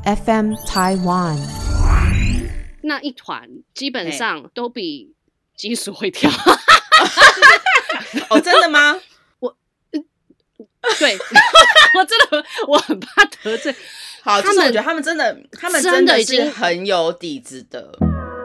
FM Taiwan。 那一团基本上都比基础会跳。 哦，真的吗？ 对，我真的我很怕得罪。 好，就是我觉得他们真的是很有底子的。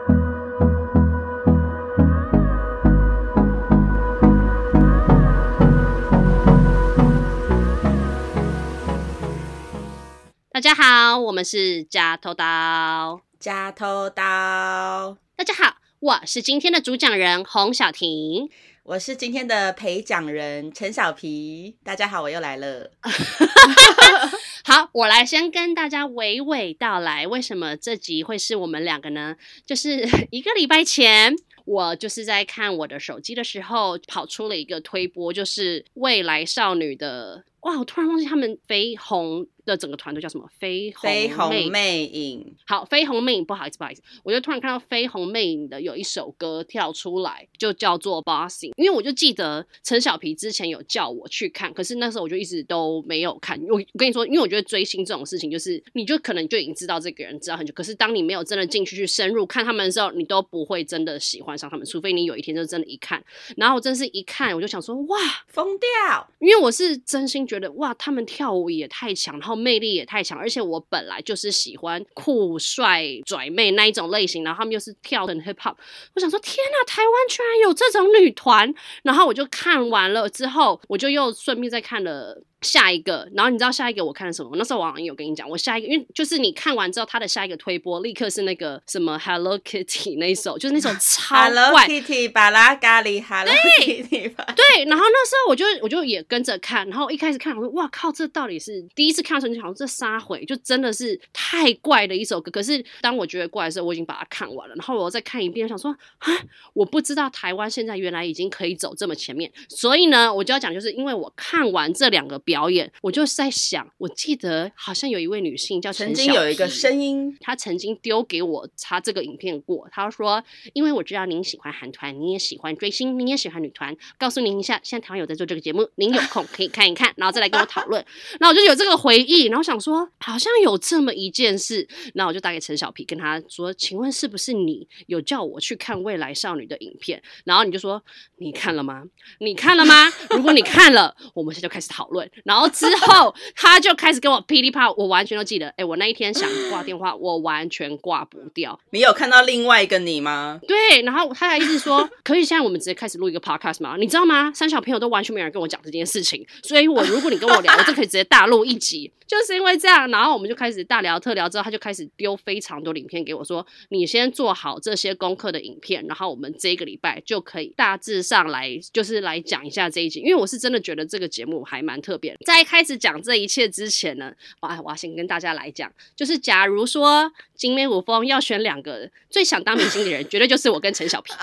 大家好，我们是夹头刀。 夹头刀。 大家好，我是今天的主讲人洪小婷。 我是今天的陪讲人陈小皮。大家好，我又来了。 好，我来先跟大家娓娓道来，为什么这集会是我们两个呢？就是一个礼拜前，我就是在看我的手机的时候，跑出了一个推播，就是未来少女的，哇，我突然忘记他们绯红的整个团队叫什么？绯红魅影。 好，绯红魅影，不好意思，我就突然看到绯红魅影的有一首歌跳出来，就叫做 Bossing。因为我就记得陈小皮之前有叫我去看，可是那时候我就一直都没有看。我跟你说，因为我觉得追星这种事情，就是你就可能就已经知道这个人知道很久，可是当你没有真的进去深入看他们的时候，你都不会真的喜欢上他们，除非你有一天就真的一看。然后我真是一看，我就想说，哇， 疯掉！ 因为我是真心觉得，哇，他们跳舞也太强，然后魅力也太强，而且我本来就是喜欢酷帅拽妹那一种类型，然后他们又是跳很 hip hop， 我想说天哪，台湾居然有这种女团！然后我就看完了之后，我就又顺便再看了下一个，然后你知道下一个我看了什么？那时候我好像有跟你讲，我下一个，因为就是你看完之后，他的下一个推播立刻是那个什么 Hello Kitty 那一首，就是那首超怪 Hello Kitty 巴拉咖喱 Hello Kitty 对，然后那时候我就也跟着看，然后一开始看我说哇靠，这到底是第一次看的时候就想说这杀回，就真的是太怪的一首歌。可是当我觉得怪的时候，我已经把它看完了，然后我再看一遍，想说啊，我不知道台湾现在原来已经可以走这么前面。所以呢，我就要讲，就是因为我看完这两个表演，我就在想，我记得好像有一位女性叫陈小皮， 曾经有一个声音， 她曾经丢给我她这个影片过，她说因为我知道您喜欢韩团，你也喜欢追星，你也喜欢女团，告诉您一下，现在台湾有在做这个节目，您有空可以看一看，然后再来跟我讨论。然后我就有这个回忆，然后想说好像有这么一件事，然后我就打给陈小皮，跟他说，请问是不是你有叫我去看未来少女的影片？然后你就说你看了吗？你看了吗？如果你看了，我们现在就开始讨论。然后之后他就开始跟我噼里啪啦，我完全都记得。我那一天想挂电话，我完全挂不掉。 你有看到另外一个你吗？ 对，然后他还一直说可以现在我们直接开始录一个 podcast 吗？你知道吗？三小朋友都完全没有人跟我讲这件事情，所以如果你跟我聊，我就可以直接大录一集。就是因为这样，然后我们就开始大聊特聊，之后他就开始丢非常多的影片给我说，你先做好这些功课的影片，然后我们这个礼拜就可以大致上来就是来讲一下这一集。因为我是真的觉得这个节目还蛮特别的。在开始讲这一切之前呢，我要先跟大家来讲，就是假如说景美舞风要选两个最想当明星的人，绝对就是我跟陈小皮。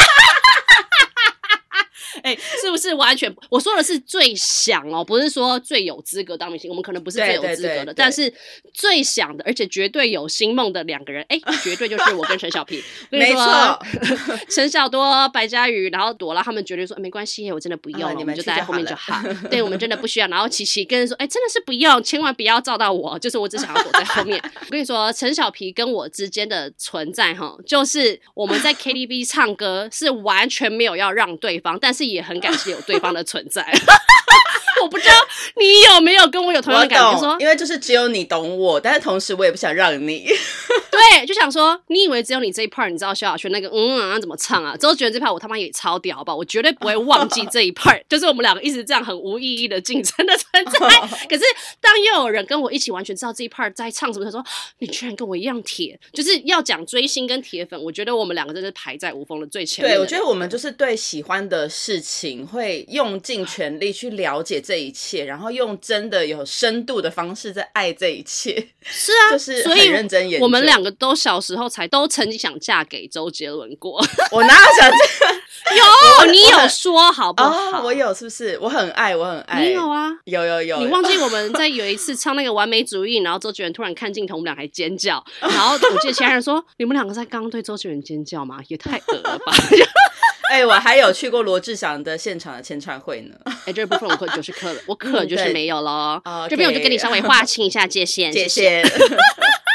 是不是完全？我说的是最想哦，不是说最有资格当明星。我们可能不是最有资格的，但是最想的，而且绝对有星梦的两个人，绝对就是我跟陈小皮。 没错， 陈小多、白嘉瑜，然后朵拉他们绝对说没关系，我真的不用了， 你我们就待在后面就好。 对，我们真的不需要。然后琪琪跟人说，真的是不用，千万不要照到我，就是我只想要躲在后面。我跟你说，陈小皮跟我之间的存在就是我们在 KTV 唱歌是完全没有要让对方，但是也很感谢有对方的存在。我不知道你有没有跟我有同样的感觉，说因为就是只有你懂我，但是同时我也不想让你。 对，就想说你以为只有你这一 part 你知道萧亚轩那个怎么唱啊，之后觉得这 part 我他妈也超屌，好不好？我绝对不会忘记这一 part。就是我们两个一直这样很无意义的竞争的存在。可是当又有人跟我一起完全知道这一 part 在唱什么，他说你居然跟我一样铁，就是要讲追星跟铁粉，我觉得我们两个真是排在舞风的最前面的。 对，我觉得我们就是对喜欢的事情会用尽全力去了解这一切，然后用真的有深度的方式在爱这一切。 是啊， 就是很认真研究。 所以我们两个都小时候都曾经想嫁给周杰伦过。 我哪有想这个？ 有，你有说好不好？ 我有，是不是？我很爱。 你有啊？ 有。 你忘记我们在有一次唱那个完美主义，然后周杰伦突然看镜头，我们俩还尖叫，然后我记得其他人说你们两个在刚刚对周杰伦尖叫吗？也太恶了吧。 我还有去过罗志祥的现场的签唱会呢。 这部分我可就是我可就是没有咯。这边我就跟你稍微划清一下界限。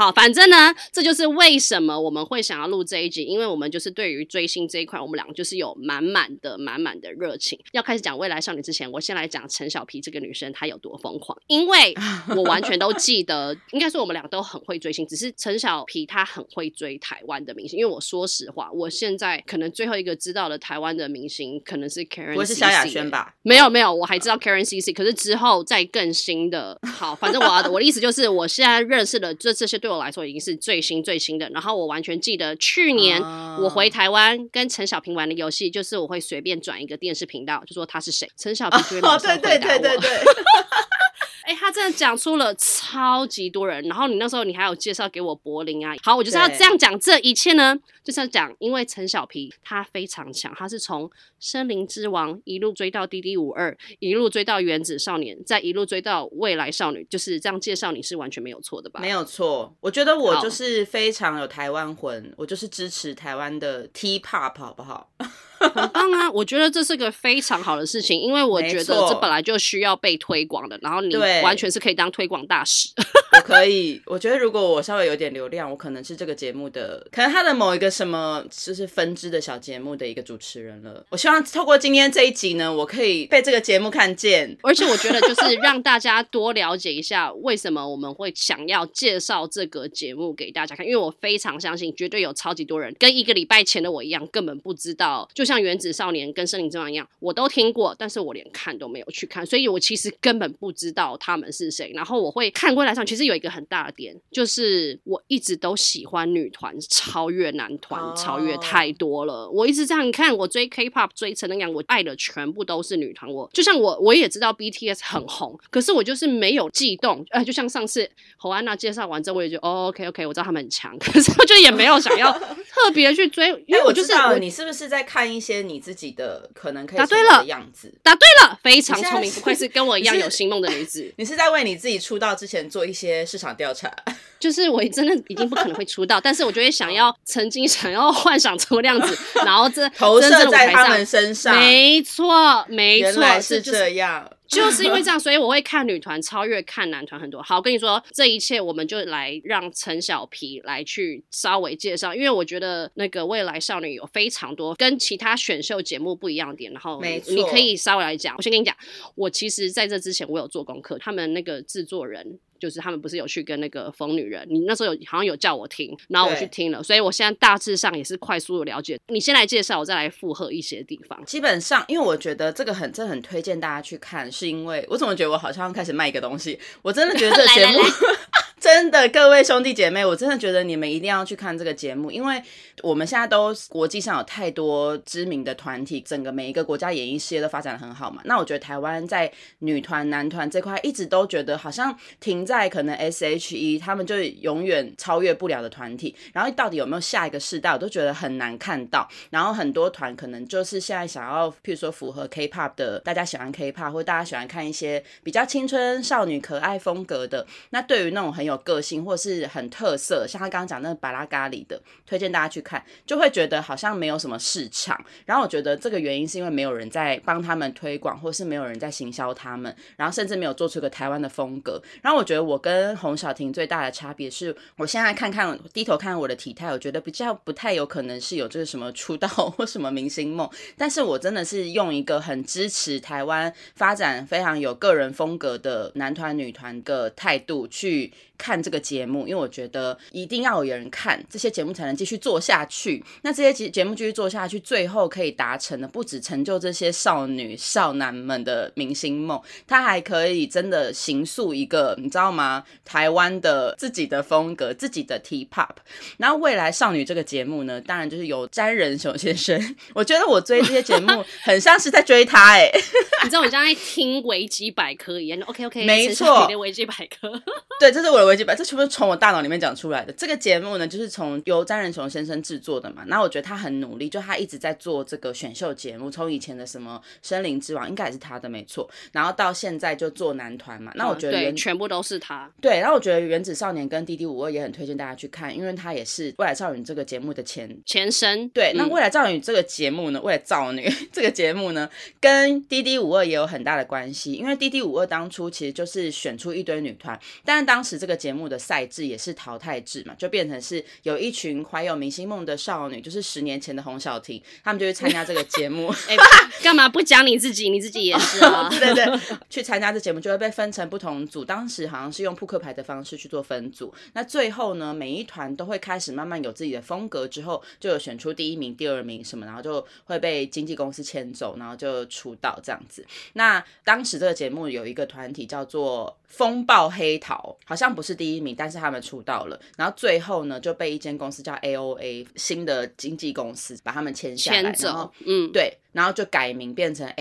好，反正呢，这就是为什么我们会想要录这一集，因为我们就是对于追星这一块，我们两个就是有满满的热情。要开始讲未来少女之前，我先来讲陈小皮这个女生她有多疯狂，因为我完全都记得，应该说我们两个都很会追星，只是陈小皮她很会追台湾的明星。因为我说实话，我现在可能最后一个知道的台湾的明星可能是 Karen CC， 不会是萧亚轩吧？ 没有，我还知道 Karen CC， 可是之后再更新的。好，反正我的意思就是，我现在认识的这些对我来说已经是最新的。然后我完全记得去年我回台湾跟陈小平玩的游戏，就是我会随便转一个电视频道，就说他是谁，陈小平就会马上回答我。对。他真的讲出了超级多人，然后你那时候你还有介绍给我柏林啊。好，我就是要这样讲这一切呢，就是要讲，因为陈小皮他非常强，他是从森林之王一路追到DD52，一路追到原子少年，再一路追到未来少女，就是这样介绍你是完全没有错的吧？ 没有错，我觉得我就是非常有台湾魂，我就是支持台湾的 T-pop 好不好？ 很棒啊，我觉得这是个非常好的事情，因为我觉得这本来就需要被推广的，然后你完全是可以当推广大使。 我可以，我觉得如果我稍微有点流量，我可能是这个节目的，可能他的某一个什么就是分支的小节目的一个主持人了。我希望透过今天这一集呢，我可以被这个节目看见， 而且我觉得就是让大家多了解一下为什么我们会想要介绍这个节目给大家看，因为我非常相信绝对有超级多人跟一个礼拜前的我一样根本不知道，就像原子少年跟森林之王一样，我都听过，但是我连看都没有去看，所以我其实根本不知道他们是谁。然后我会看未来上，其实有一个很大的点，就是我一直都喜欢女团超越男团，超越太多了。我一直这样，你看我追 K-pop 追成那样，我爱的全部都是女团。就像我也知道 BTS 很红，可是我就是没有悸动。就像上次侯安娜介绍完之后，我也觉得OK， 我知道他们很强，可是我就也没有想要特别去追，因为我就是你是不是在看一些你自己的可能可以成为的样子？ 答对了，非常聪明，不愧是跟我一样有星梦的女子。 你是在为你自己出道之前做一些市场调查？ 就是我真的已经不可能会出道，但是我就会曾经想要幻想成那样子，然后投射在他们身上。 没错， 原来是这样。 就是因为这样，所以我会看女团超越看男团很多。好，我跟你说，这一切我们就来让陈小皮来去稍微介绍，因为我觉得那个未来少女有非常多跟其他选秀节目不一样的点，然后你可以稍微来讲。我先跟你讲，我其实在这之前我有做功课，他们那个制作人。就是他们不是有去跟那个疯女人，你那时候好像有叫我听，然后我去听了，所以我现在大致上也是快速的了解。你先来介绍，我再来附和一些地方。 基本上，因为我觉得这个真的很推荐大家去看，是因为我怎么觉得我好像开始卖一个东西？我真的觉得这个节目真的，各位兄弟姐妹，我真的觉得你们一定要去看这个节目，因为我们现在都国际上有太多知名的团体，整个每一个国家演艺事业都发展得很好嘛。那我觉得台湾在女团、男团这块一直都觉得好像停在可能 SHE 他们就永远超越不了的团体，然后到底有没有下一个世代，我都觉得很难看到。然后很多团可能就是现在想要，譬如说符合 K-pop 的，大家喜欢 K-pop 或大家喜欢看一些比较青春少女可爱风格的，那对于那种很有个性或是很特色，像他刚刚讲那个巴拉咖喱的，推荐大家去看，就会觉得好像没有什么市场。然后我觉得这个原因是因为没有人在帮他们推广，或是没有人在行销他们，然后甚至没有做出个台湾的风格。然后我觉得我跟洪小婷最大的差别是，我现在低头看我的体态，我觉得比较不太有可能是有这个什么出道或什么明星梦，但是我真的是用一个很支持台湾发展非常有个人风格的男团女团的态度去看这个节目，因为我觉得一定要有人看这些节目才能继续做下去。那这些节目继续做下去，最后可以达成的不只成就这些少女少男们的明星梦，它还可以真的形塑一个你知道吗？台湾的自己的风格，自己的 T-pop。然后未来少女这个节目呢，当然就是有詹仁雄先生。我觉得我追这些节目很像是在追他你知道我像在听维基百科一样。OK， 没错， 你的维基百科。 对，这是我的维基百科，这全部是从我大脑里面讲出来的。这个节目呢，就是由詹仁雄先生制作的嘛。那我觉得他很努力，就他一直在做这个选秀节目，从以前的什么森林之王，应该也是他的没错，然后到现在就做男团嘛。那我觉得对，全部都是他。 对，然后我觉得原子少年跟DD52也很推荐大家去看，因为他也是未来少女这个节目的前身。对，那未来少女这个节目呢，未来少女这个节目呢，跟DD52也有很大的关系，因为DD52当初其实就是选出一堆女团，但是当时这个节节目的赛制也是淘汰制嘛，就变成是有一群怀有明星梦的少女，就是10年前的洪小婷，他们就去参加这个节目。 干嘛不讲你自己？你自己也是啊。 对对，去参加这节目就会被分成不同组，当时好像是用扑克牌的方式去做分组。那最后呢，每一团都会开始慢慢有自己的风格，之后就有选出第1名、第2名什么，然后就会被经纪公司牵走，然后就出道这样子。那当时这个节目有一个团体叫做风暴黑桃，好像不是第1名，但是他们出道了，然后最后呢就被一间公司叫 AOA 新的经纪公司把他们签下来， 牵走， 对，然后就改名变成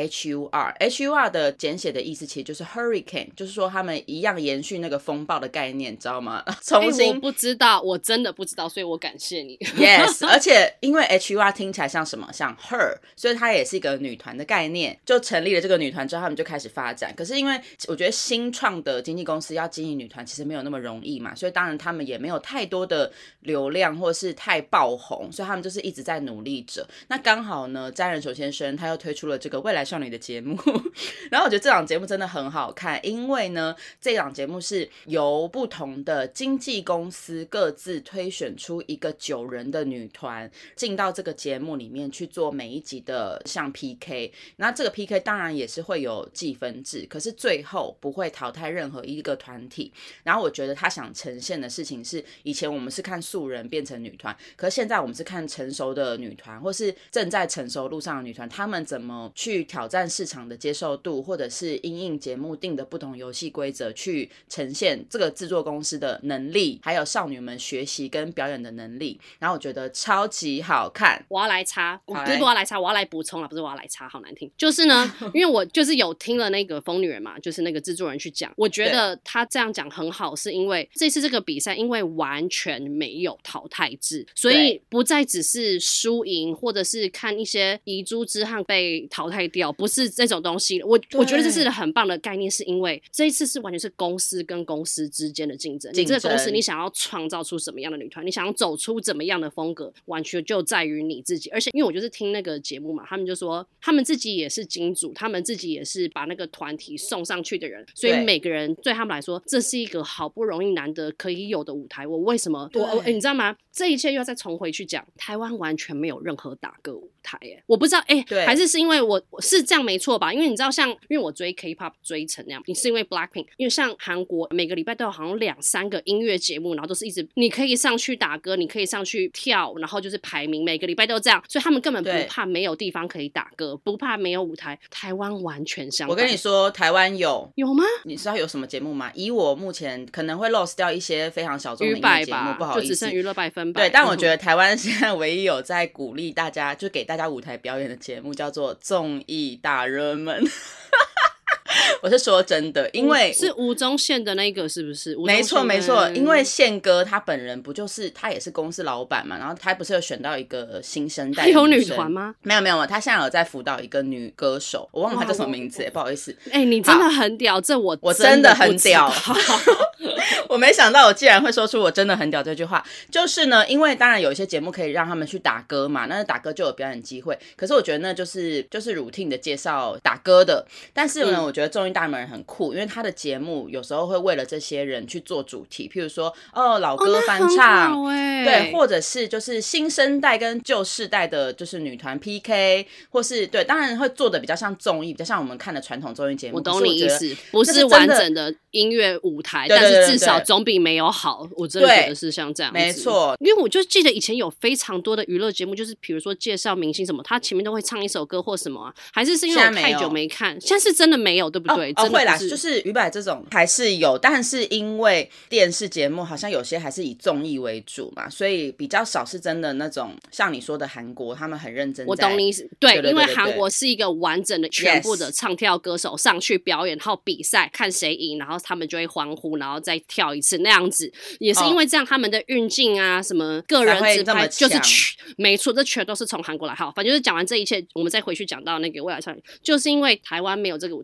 HUR 的简写的意思其实就是 Hurricane， 就是说他们一样延续那个风暴的概念，知道吗？重新， 我不知道，我真的不知道，所以我感谢你。 Yes， 而且因为 HUR 听起来像什么？像 Her， 所以它也是一个女团的概念，就成立了这个女团之后，他们就开始发展。可是因为我觉得新创的经纪公司要经营女团其实没有那么容易嘛，所以当然他们也没有太多的流量或是太爆红，所以他们就是一直在努力着。那刚好呢，詹仁守先生他又推出了这个未来少女的节目，然后我觉得这档节目真的很好看，因为呢这档节目是由不同的经纪公司各自推选出一个9人的女团进到这个节目里面去做每一集的像 PK， 那这个 PK 当然也是会有计分制，可是最后不会淘汰任何一个团体。然后我觉得他想呈现的事情是，以前我们是看素人变成女团，可是现在我们是看成熟的女团或是正在成熟路上的女团，她们怎么去挑战市场的接受度，或者是因应节目定的不同游戏规则去呈现这个制作公司的能力，还有少女们学习跟表演的能力。然后我觉得超级好看。 我要来插，不是我要来插，我要来补充了，不是我要来插，好难听。就是呢，因为我就是有听了那个疯女人嘛，就是那个制作人去讲，我觉得他这样讲很好，是因为这次这个比赛因为完全没有淘汰制，所以不再只是输赢，或者是看一些遗珠之憾被淘汰掉，不是这种东西。我觉得这是很棒的概念，是因为这一次是完全是公司跟公司之间的竞争。你这个公司你想要创造出什么样的女团，你想要走出怎么样的风格，完全就在于你自己。而且因为我就是听那个节目嘛，他们就说他们自己也是金主，他们自己也是把那个团体送上去的人，所以每个人对他们来说，这是一个好不容易难得可以有的舞台。我为什么你知道吗？这一切又要再重回去讲，台湾完全没有任何打歌舞台耶。我不知道还是因为我是这样没错吧？因为你知道因为我追 K-pop 追成那样，你是因为 Blackpink， 因为像韩国每个礼拜都有好像2-3个音乐节目，然后都是一直你可以上去打歌，你可以上去跳，然后就是排名，每个礼拜都这样，所以他们根本不怕没有地方可以打歌，不怕没有舞台。台湾完全相反。 我跟你说，台湾有吗？ 你知道有什么节目吗？以我目前可能会 lost 掉一些非常小众的音乐节目，不好意思， 就只剩娱乐百分百。 对，但我觉得台湾现在唯一有在鼓励大家，就给大家舞台表演的节目叫做综艺大热门。我是说真的，因为是吴宗宪的那个是不是？ 没错没错，因为宪哥他本人不就是他也是公司老板嘛，然后他不是有选到一个新生代的女生， 有女团吗？ 没有，他现在有在辅导一个女歌手，我忘了她叫什么名字，不好意思。 你真的很屌，这我真的很屌。我没想到我竟然会说出我真的很屌这句话。就是呢，因为当然有一些节目可以让他们去打歌嘛，那打歌就有表演机会，可是我觉得那就是routine 的介绍打歌的。但是呢，我觉得综艺大热门很酷，因为他的节目有时候会为了这些人去做主题，譬如说老歌翻唱，对，或者是就是新生代跟旧世代的就是女团 PK， 或是对，当然会做的比较像综艺，比较像我们看的传统综艺节目。 我懂你意思，不是完整的音乐舞台，但是至少总比没有好。我真的觉得是像这样子， 没错。 因为我就记得以前有非常多的娱乐节目，就是比如说介绍明星什么，他前面都会唱一首歌或什么啊，还是因为我太久没看，现在是真的没有，对不对？ 会啦，就是娱百这种还是有，但是因为电视节目好像有些还是以综艺为主嘛，所以比较少是真的那种像你说的韩国，他们很认真在。 我懂你意思，对，因为韩国是一个完整的全部的唱跳歌手上去表演，然后比赛看谁赢，然后他们就会欢呼，然后再跳一次那样子。也是因为这样，他们的运镜啊，什么个人直拍，就是没错，这全都是从韩国来。好，反正就是讲完这一切，我们再回去讲到那个未来少女，就是因为台湾没有这个舞台，对于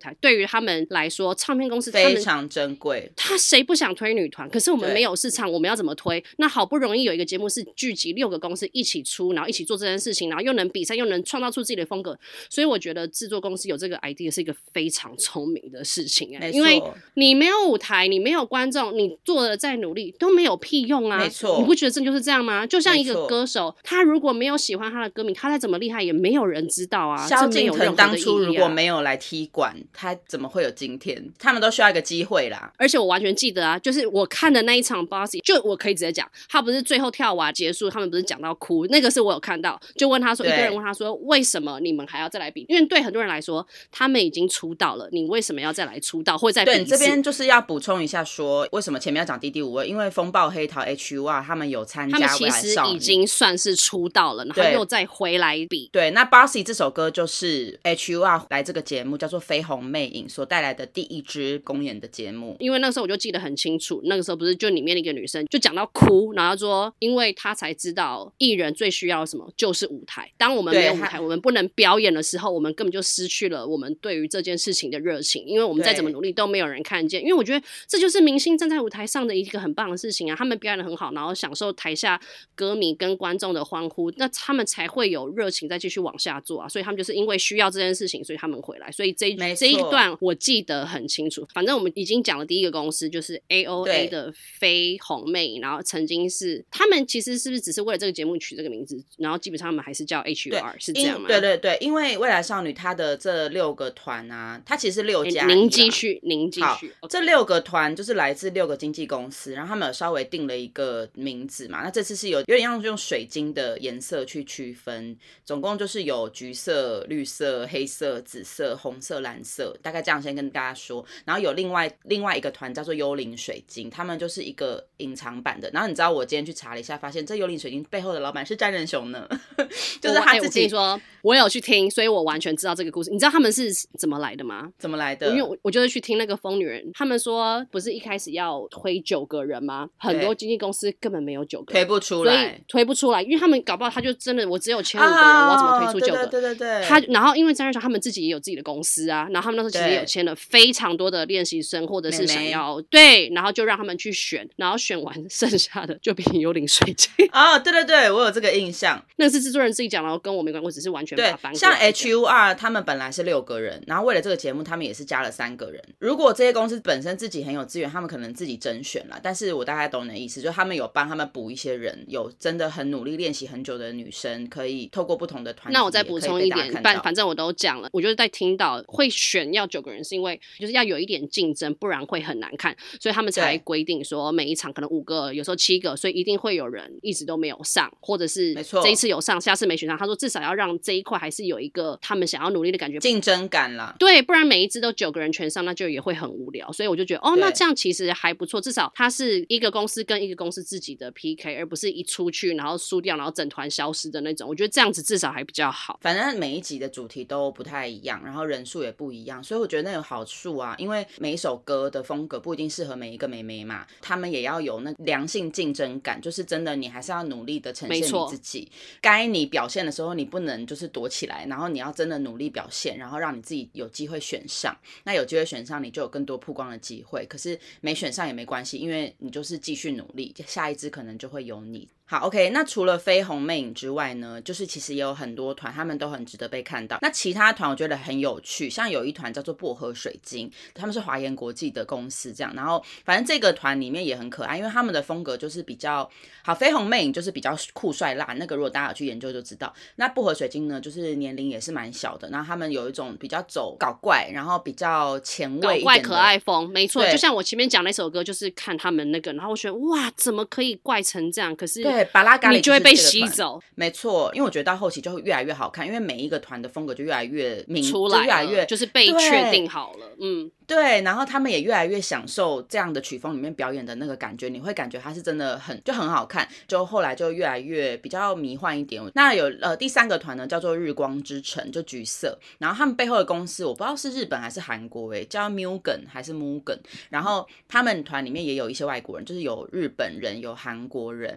他们来说，唱片公司他们非常珍贵， 他谁不想推女团？可是我们对没有市场，我们要怎么推？那好不容易有一个节目是聚集6个公司一起出，然后一起做这件事情，然后又能比赛，又能创造出自己的风格，所以我觉得制作公司有这个 idea 是一个非常聪明的事情没错， 因为你没有舞台，你没有观众，你做的再努力都没有屁用啊！ 没错， 你不觉得这就是这样吗？就像一个歌手，他如果没有喜欢他的歌迷，他再怎么厉害也没有人知道啊。 萧敬腾当初如果没有来踢馆，他怎么会有今天？他们都需要一个机会啦。 而且我完全记得啊，就是我看的那一场 Bossy， 就我可以直接讲，他不是最后跳完结束，他们不是讲到哭，那个是我有看到，就问他说，一堆人问他说，为什么你们还要再来比？因为对很多人来说，他们已经出道了，你为什么要再来出道，或者再比一次？ 对，这边就是要补充一下说，为什么前面要讲DD5位？因为风暴黑桃 HUR 他们有参加未来少女， 他们其实已经算是出道了，然后又再回来比。 对，那 Bossy 这首歌就是 HUR 来这个节目叫做绯红魅影所带来的第一支公演的节目。 因为那个时候我就记得很清楚，那个时候不是就里面的一个女生就讲到哭，然后说因为她才知道艺人最需要什么就是舞台，当我们没有舞台，我们不能表演的时候，我们根本就失去了我们对于这件事情的热情，因为我们再怎么努力都没有人看见。因为我觉得这就是明星站在舞台上的一个很棒的事情啊，他们表演得很好，然后享受台下歌迷跟观众的欢呼，那他们才会有热情再继续往下做啊。所以他们就是因为需要这件事情，所以他们回来。所以这一段我记得很清楚。反正我们已经讲了第一个公司就是 AOA 的绯红魅影，然后曾经是他们其实是不是只是为了这个节目取这个名字，然后基本上他们还是叫 HUR 是这样吗？ 对对对，因为未来少女她的这6个团啊，它其实是6加1啦。 您继续。 这6个团就是来自6个经纪公司，然后他们有稍微定了一个名字嘛。那这次是有点像用水晶的颜色去区分，总共就是有橘色、绿色、黑色、紫色、红色、蓝色，大概这样先跟大家说。然后有另外一个团叫做幽灵水晶，他们就是一个隐藏版的。然后你知道我今天去查了一下，发现这幽灵水晶背后的老板是詹仁雄呢，就是他自己。 我跟你说，我有去听，所以我完全知道这个故事。你知道他们是怎么来的吗？ 怎么来的？ 因为我就是去听那个疯女人，他们说不是一开始要推9个人吗？很多经纪公司根本没有9个人， 推不出来， 推不出来，因为他们搞不好他就真的我只有签5个人，我要怎么推出9个？ 对。 然后因为詹仁雄他们自己也有自己的公司啊，然后他们那时候其实也有签了非常多的练习生，或者是想要对，然后就让他们去选，然后选完剩下的就变幽灵水晶。 对对对，我有这个印象。 那是制作人自己讲，然后跟我没关系，我只是完全把它翻过来。 像 HUR 他们本来是6个人，然后为了这个节目他们也是加了3个人。如果这些公司本身自己很有资源，他们可能自己甄选啦，但是我大概懂你的意思，就他们有帮他们补一些人，有真的很努力练习很久的女生，可以透过不同的团体。 那我再补充一点，反正我都讲了，我就是在听到会选要9个人，是因为就是要有一点竞争，不然会很难看，所以他们才规定说每一场可能5个，有时候7个，所以一定会有人一直都没有上，或者是这一次有上，下次没选上。他说至少要让这一块还是有一个他们想要努力的感觉， 竞争感啦。 对，不然每一支都9个人全上，那就也会很无聊。所以我就觉得那这样其实还不错，至少它是一个公司跟一个公司自己的 PK， 而不是一出去然后输掉，然后整团消失的那种。我觉得这样子至少还比较好。 反正每一集的主题都不太一样，然后人数也不一样，所以我觉得那有好处啊。因为每一首歌的风格不一定适合每一个妹妹嘛，他们也要有那良性竞争感，就是真的你还是要努力的呈现你自己。该你表现的时候，你不能就是躲起来，然后你要真的努力表现，然后让你自己有机会选上。那有机会选上，你就有更多曝光的机会。可是没选上也没关系，因为你就是继续努力，下一支可能就会有你。好 OK， 那除了绯红魅影之外呢，就是其实也有很多团他们都很值得被看到。那其他团我觉得很有趣，像有一团叫做薄荷水晶，他们是华研国际的公司这样，然后反正这个团里面也很可爱，因为他们的风格就是比较好，绯红魅影就是比较酷帅辣，那个如果大家有去研究就知道。那薄荷水晶呢，就是年龄也是蛮小的，然后他们有一种比较走搞怪，然后比较前卫一点的搞怪可爱风，没错，就像我前面讲那首歌，就是看他们那个，然后我觉得哇，怎么可以怪成这样？可是对，巴拉咖喱你就会被吸走， 没错，因为我觉得到后期就会越来越好看，因为每一个团的风格就越来越明出来了， 就越来越就是被确定好了， 对，然后他们也越来越享受这样的曲风里面表演的那个感觉，你会感觉它是真的很好看，就后来就越来越比较迷幻一点。那有第3个团呢叫做日光之城，就橘色，然后他们背后的公司我不知道是日本还是韩国叫 Mugen 还是 Mugen， 然后他们团里面也有一些外国人，就是有日本人有韩国人，然后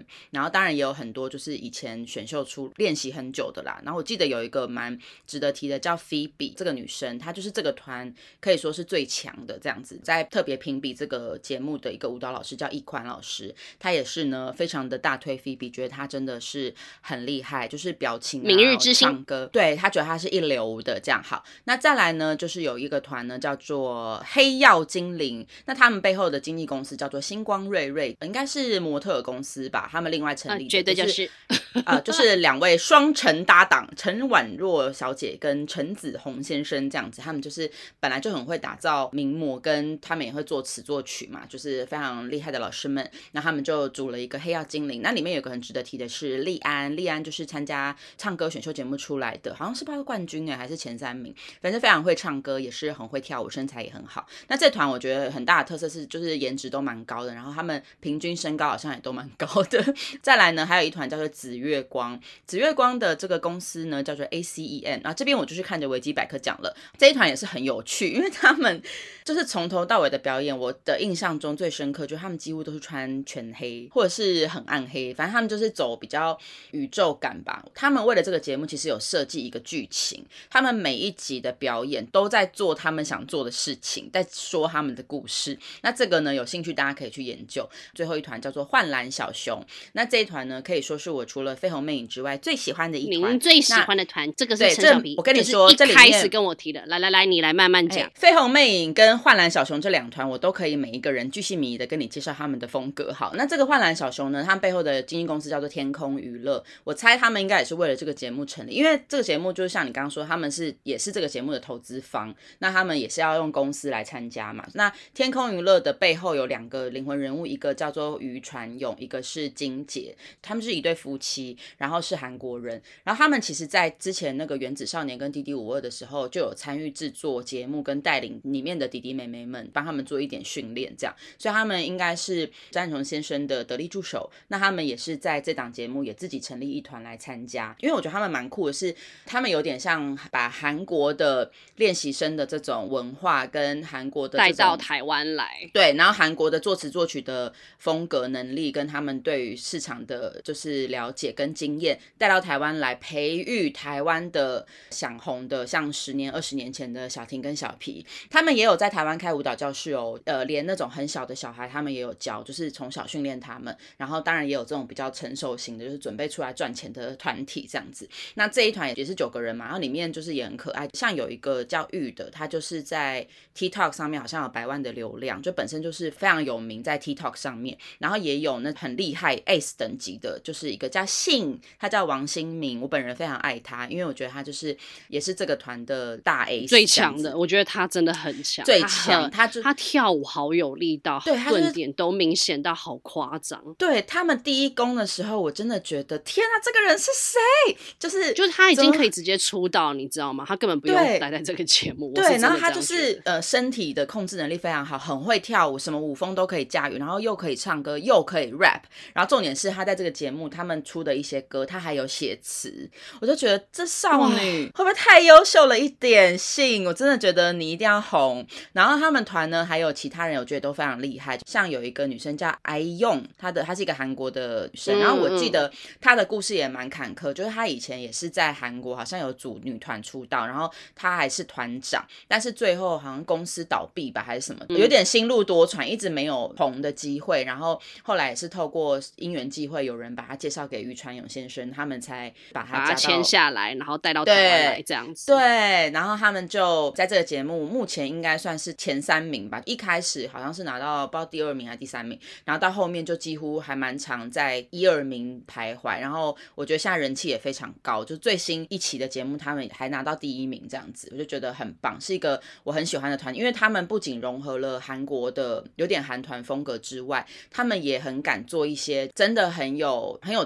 当然也有很多就是以前选秀出练习很久的啦。然后我记得有一个蛮值得提的叫 Phoebe 这个女生，她就是这个团可以说是最强的这样子，在特别评比这个节目的一个舞蹈老师叫易宽老师，他也是呢非常的大推 Phoebe， 觉得他真的是很厉害，就是表情明日之星唱歌，对，他觉得他是一流的这样。好，那再来呢就是有一个团呢叫做黑曜精灵，那他们背后的经纪公司叫做星光瑞瑞，应该是模特儿公司吧，他们另外成立的， 绝对就是就是两位双陈搭档，陈婉若小姐跟陈子红先生这样子，他们就是本来就很会打造名模，跟他们也会作词作曲嘛，就是非常厉害的老师们。那他们就组了一个黑曜精灵，那里面有个很值得提的是立安，立安就是参加唱歌选秀节目出来的，好像是冠军还是前3名，反正非常会唱歌，也是很会跳舞，身材也很好。那这团我觉得很大的特色是就是颜值都蛮高的，然后他们平均身高好像也都蛮高的。再来呢还有一团叫做紫月光，紫月光的这个公司呢叫做 ACEN， 然后这边我就去看着维基百科讲了，这一团也是很有趣，因为他们就是从头到尾的表演，我的印象中最深刻就是他们几乎都是穿全黑或者是很暗黑，反正他们就是走比较宇宙感吧。他们为了这个节目其实有设计一个剧情，他们每一集的表演都在做他们想做的事情，在说他们的故事。那这个呢有兴趣大家可以去研究。最后一团叫做幻蓝小熊，那这一团呢可以说是我除了绯红魅影之外最喜欢的一团， 您最喜欢的团，这个是陈小皮， 我跟你说就是一开始跟我提的，来你来慢慢讲。 绯红魅影跟幻蓝小熊这2团我都可以每一个人巨细靡遗的跟你介绍他们的风格。好，那这个幻蓝小熊呢，他们背后的经纪公司叫做天空娱乐，我猜他们应该也是为了这个节目成立，因为这个节目就是像你刚刚说，他们也是这个节目的投资方，那他们也是要用公司来参加嘛。那天空娱乐的背后有2个灵魂人物，一个叫做于传勇，一个是金杰，他们是一对夫妻，然后是韩国人，然后他们其实在之前那个原子少年跟滴滴52的时候就有参与制作节目，跟带领里面的弟弟妹妹们帮他们做一点训练这样，所以他们应该是詹崇先生的得力助手。那他们也是在这档节目也自己成立一团来参加，因为我觉得他们蛮酷的是，他们有点像把韩国的练习生的这种文化跟韩国的带到台湾来， 对，然后韩国的作词作曲的风格能力跟他们对于市场的就是了解跟经验带到台湾来，培育台湾的想红的像10年20年前的小婷跟小皮，他们也有在台湾开舞蹈教室哦，连那种很小的小孩他们也有教，就是从小训练他们，然后当然也有这种比较成熟型的，就是准备出来赚钱的团体这样子。那这一团也是9个人嘛，然后里面就是也很可爱，像有一个叫玉的，他就是在 TikTok 上面好像有100万的流量，就本身就是非常有名在 TikTok 上面，然后也有那很厉害 Ace 等级的，就是一个叫信，他叫王新明，我本人非常爱他，因为我觉得他就是也是这个团的大 Ace 最强的，我觉得他真的很强， 最强， 他跳舞好有力道， 对， 顿点都明显到好夸张。 对，他们第一攻的时候，我真的觉得天啊，这个人是谁？就是他已经可以直接出道，你知道吗？他根本不用待在这个节目。 对，然后他就是身体的控制能力非常好，很会跳舞，什么舞风都可以驾驭，然后又可以唱歌，又可以 rap， 然后重点是他在这个节目他们出的一些歌，他还有写词，我就觉得这少女会不会太优秀了一点？信，我真的觉得你一定要红。然后他们团呢还有其他人，我觉得都非常厉害，像有一个女生叫爱用，她是一个韩国的女生，然后我记得她的故事也蛮坎坷，就是她以前也是在韩国好像有组女团出道，然后她还是团长，但是最后好像公司倒闭吧还是什么，有点心路多舛，一直没有红的机会，然后后来也是透过因缘际会，有人把她介绍给于传勇先生，他们才把她签下来，然后带到台湾来这样子。 对，然后他们就在这个节目目前应该算是前3名吧，一开始好像是拿到不知道第2名还是第3名，然后到后面就几乎还蛮常在1、2名徘徊，然后我觉得现在人气也非常高，就最新一期的节目他们还拿到第1名这样子，我就觉得很棒，是一个我很喜欢的团，因为他们不仅融合了韩国的有点韩团风格之外，他们也很敢做一些真的很有特色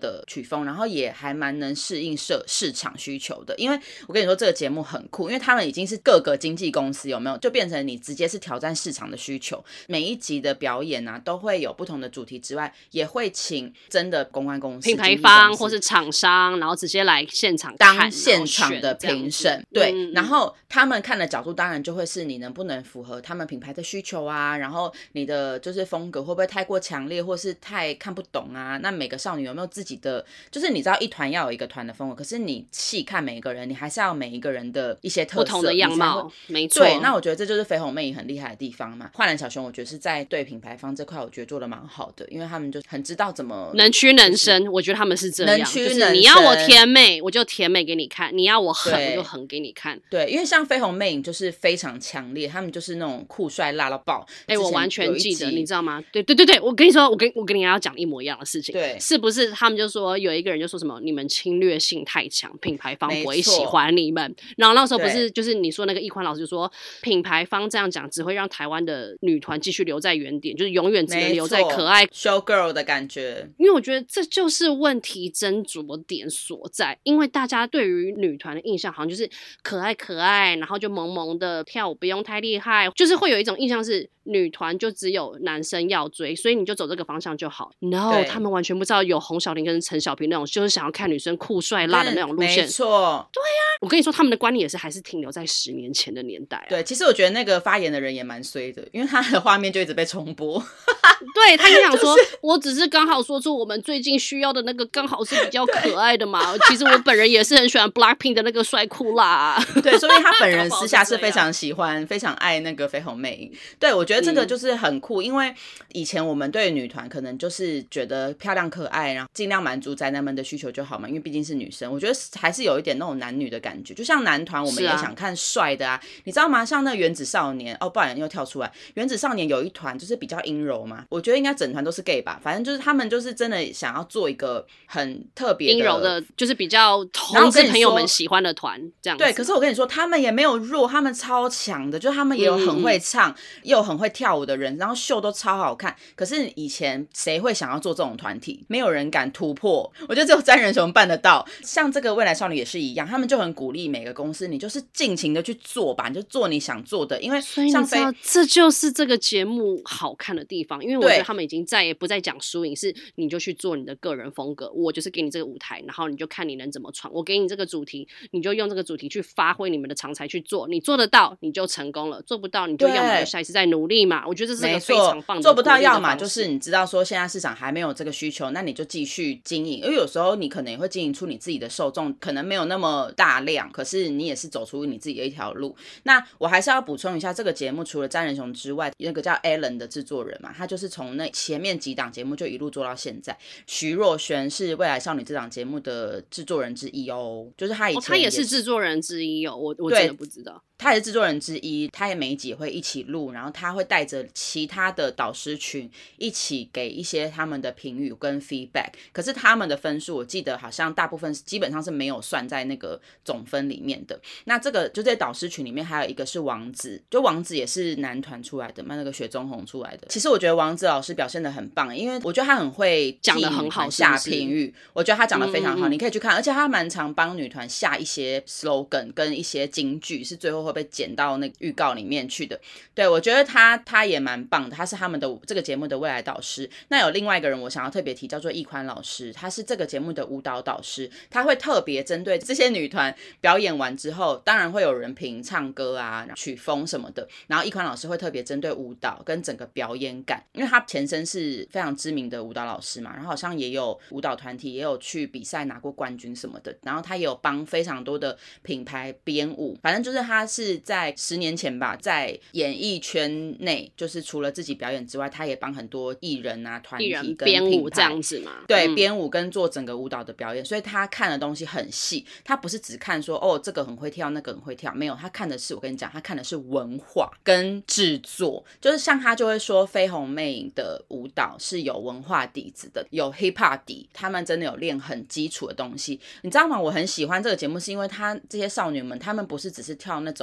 的曲风，然后也还蛮能适应市场需求的。因为我跟你说这个节目很酷，因为他们已经是各个经纪公司，有没有就变成你直接是挑战市场的需求。每一集的表演啊都会有不同的主题之外，也会请真的公关公司、 品牌方或是厂商，然后直接来现场看当现场的评审。对，然后他们看的角度当然就会是你能不能符合他们品牌的需求啊，然后你的就是风格会不会太过强烈或是太看不懂啊，那每个少女有没有自己的，就是你知道一团要有一个团的风格，可是你细看每一个人，你还是要有每一个人的一些特色不同的样貌。没错， 对，那我觉得这就是绯红魅影很厉害的地方嘛。焕然小熊我觉得是在对品牌方这块我觉得做的蛮好的，因为他们就很知道怎么能屈能伸，我觉得他们是这样， 能屈能伸， 就是你要我甜美我就甜美给你看，你要我狠我就狠给你看。 对，因为像绯红魅影就是非常强烈，他们就是那种酷帅辣到爆。 我完全记得，你知道吗？对对对对，我跟你说，我跟你要讲一模一样的事情。 对， 是不是他们就说有一个人就说什么你们侵略性太强，品牌方不会喜欢你们。然后那时候不是就是你说那个易宽老师就说品牌方这样讲只会让台湾的女团继续留在原点，就是永远只能留在可爱 show girl 的感觉。 因为我觉得这就是问题斟酌点所在，因为大家对于女团的印象好像就是可爱可爱，然后就萌萌的，跳舞不用太厉害，就是会有一种印象是女团就只有男生要追，所以你就走这个方向就好。No， 他们完全不知道有洪小玲跟陈小平那种就是想要看女生酷帅辣的那种路线。 没错， 对啊，我跟你说他们的观念也是还是停留在10年前的年代啊。 对，其实我觉得那个发言的人也蛮衰的，因为他的画面就一直被重播。 对，他就想说、我只是刚好说出我们最近需要的那个刚好是比较可爱的嘛。其实我本人也是很喜欢 BLACKPINK 的那个帅酷辣、啊。 对，所以他本人私下是非常喜欢非常爱那个绯红魅影。对，我觉得这个就是很酷，因为以前我们对女团可能就是觉得漂亮可爱，然后尽量满足宅男们的需求就好嘛，因为毕竟是女生。我觉得还是有一点那种男女的感觉，就像男团我们也想看帅的啊，你知道吗？像那个原子少年不然又跳出来，原子少年有一团就是比较阴柔嘛，我觉得应该整团都是 gay 吧，反正就是他们就是真的想要做一个很特别的阴柔的，就是比较同志朋友们喜欢的团这样子。 对，可是我跟你说他们也没有弱，他们超强的，就是他们也有很会唱又很会跳舞的人，然后秀都超好看。可是以前谁会想要做这种团体？没有人敢突破，我觉得只有詹仁雄办得到。像这个未来少女也是一样，他们就很鼓励每个公司，你就是尽情的去做吧，你就做你想做的。因为所以你知道这就是这个节目好看的地方，因为我觉得他们已经再也不再讲输赢，是你就去做你的个人风格，我就是给你这个舞台，然后你就看你能怎么闯，我给你这个主题，你就用这个主题去发挥你们的长才去做，你做得到你就成功了，做不到你就要么就下一次再努力嘛。我觉得这是个非常棒的， 做不到要么就是你知道说现在市场还没有这个需求，那你就继续经营，因为有时候你可能也会经营出你自己的受众，可能没有那么大量，可是你也是走出你自己的一条路。那我还是要补充一下，这个节目除了詹仁雄之外，那个叫 Alan 的制作人嘛，他就是从那前面几档节目就一路做到现在。徐若瑄是未来少女这档节目的制作人之一就是他以前他也是制作人之一我真的不知道。 他也是制作人之一，他也每一集也会一起录，然后他会带着其他的导师群一起给一些他们的评语跟 feedback。可是他们的分数，我记得好像大部分基本上是没有算在那个总分里面的。那这个就在导师群里面还有一个是王子，就王子也是男团出来的嘛，那个雪中红出来的。其实我觉得王子老师表现得很棒，因为我觉得他很会讲得很好， 下评语，我觉得他讲得非常好，你可以去看，而且他蛮常帮女团下一些 slogan 跟一些金句，是最后会被剪到那个预告里面去的。对，我觉得他也蛮棒的，他是他们的这个节目的未来导师。那有另外一个人我想要特别提，叫做易宽老师，他是这个节目的舞蹈导师，他会特别针对这些女团表演完之后，当然会有人评唱歌啊、曲风什么的，然后易宽老师会特别针对舞蹈跟整个表演感，因为他前身是非常知名的舞蹈老师嘛，然后好像也有舞蹈团体也有去比赛拿过冠军什么的，然后他也有帮非常多的品牌编舞，反正就是他是在10年前吧，在演艺圈内，就是除了自己表演之外，他也帮很多艺人啊、团体跟编舞这样子嘛。 对，编舞跟做整个舞蹈的表演，所以他看的东西很细，他不是只看说这个很会跳，那个很会跳，没有，他看的是，我跟你讲，他看的是文化跟制作，就是像他就会说绯红魅影的舞蹈是有文化底子的，有 hip hop 底，他们真的有练很基础的东西，你知道吗？我很喜欢这个节目是因为他这些少女们，他们不是只是跳那种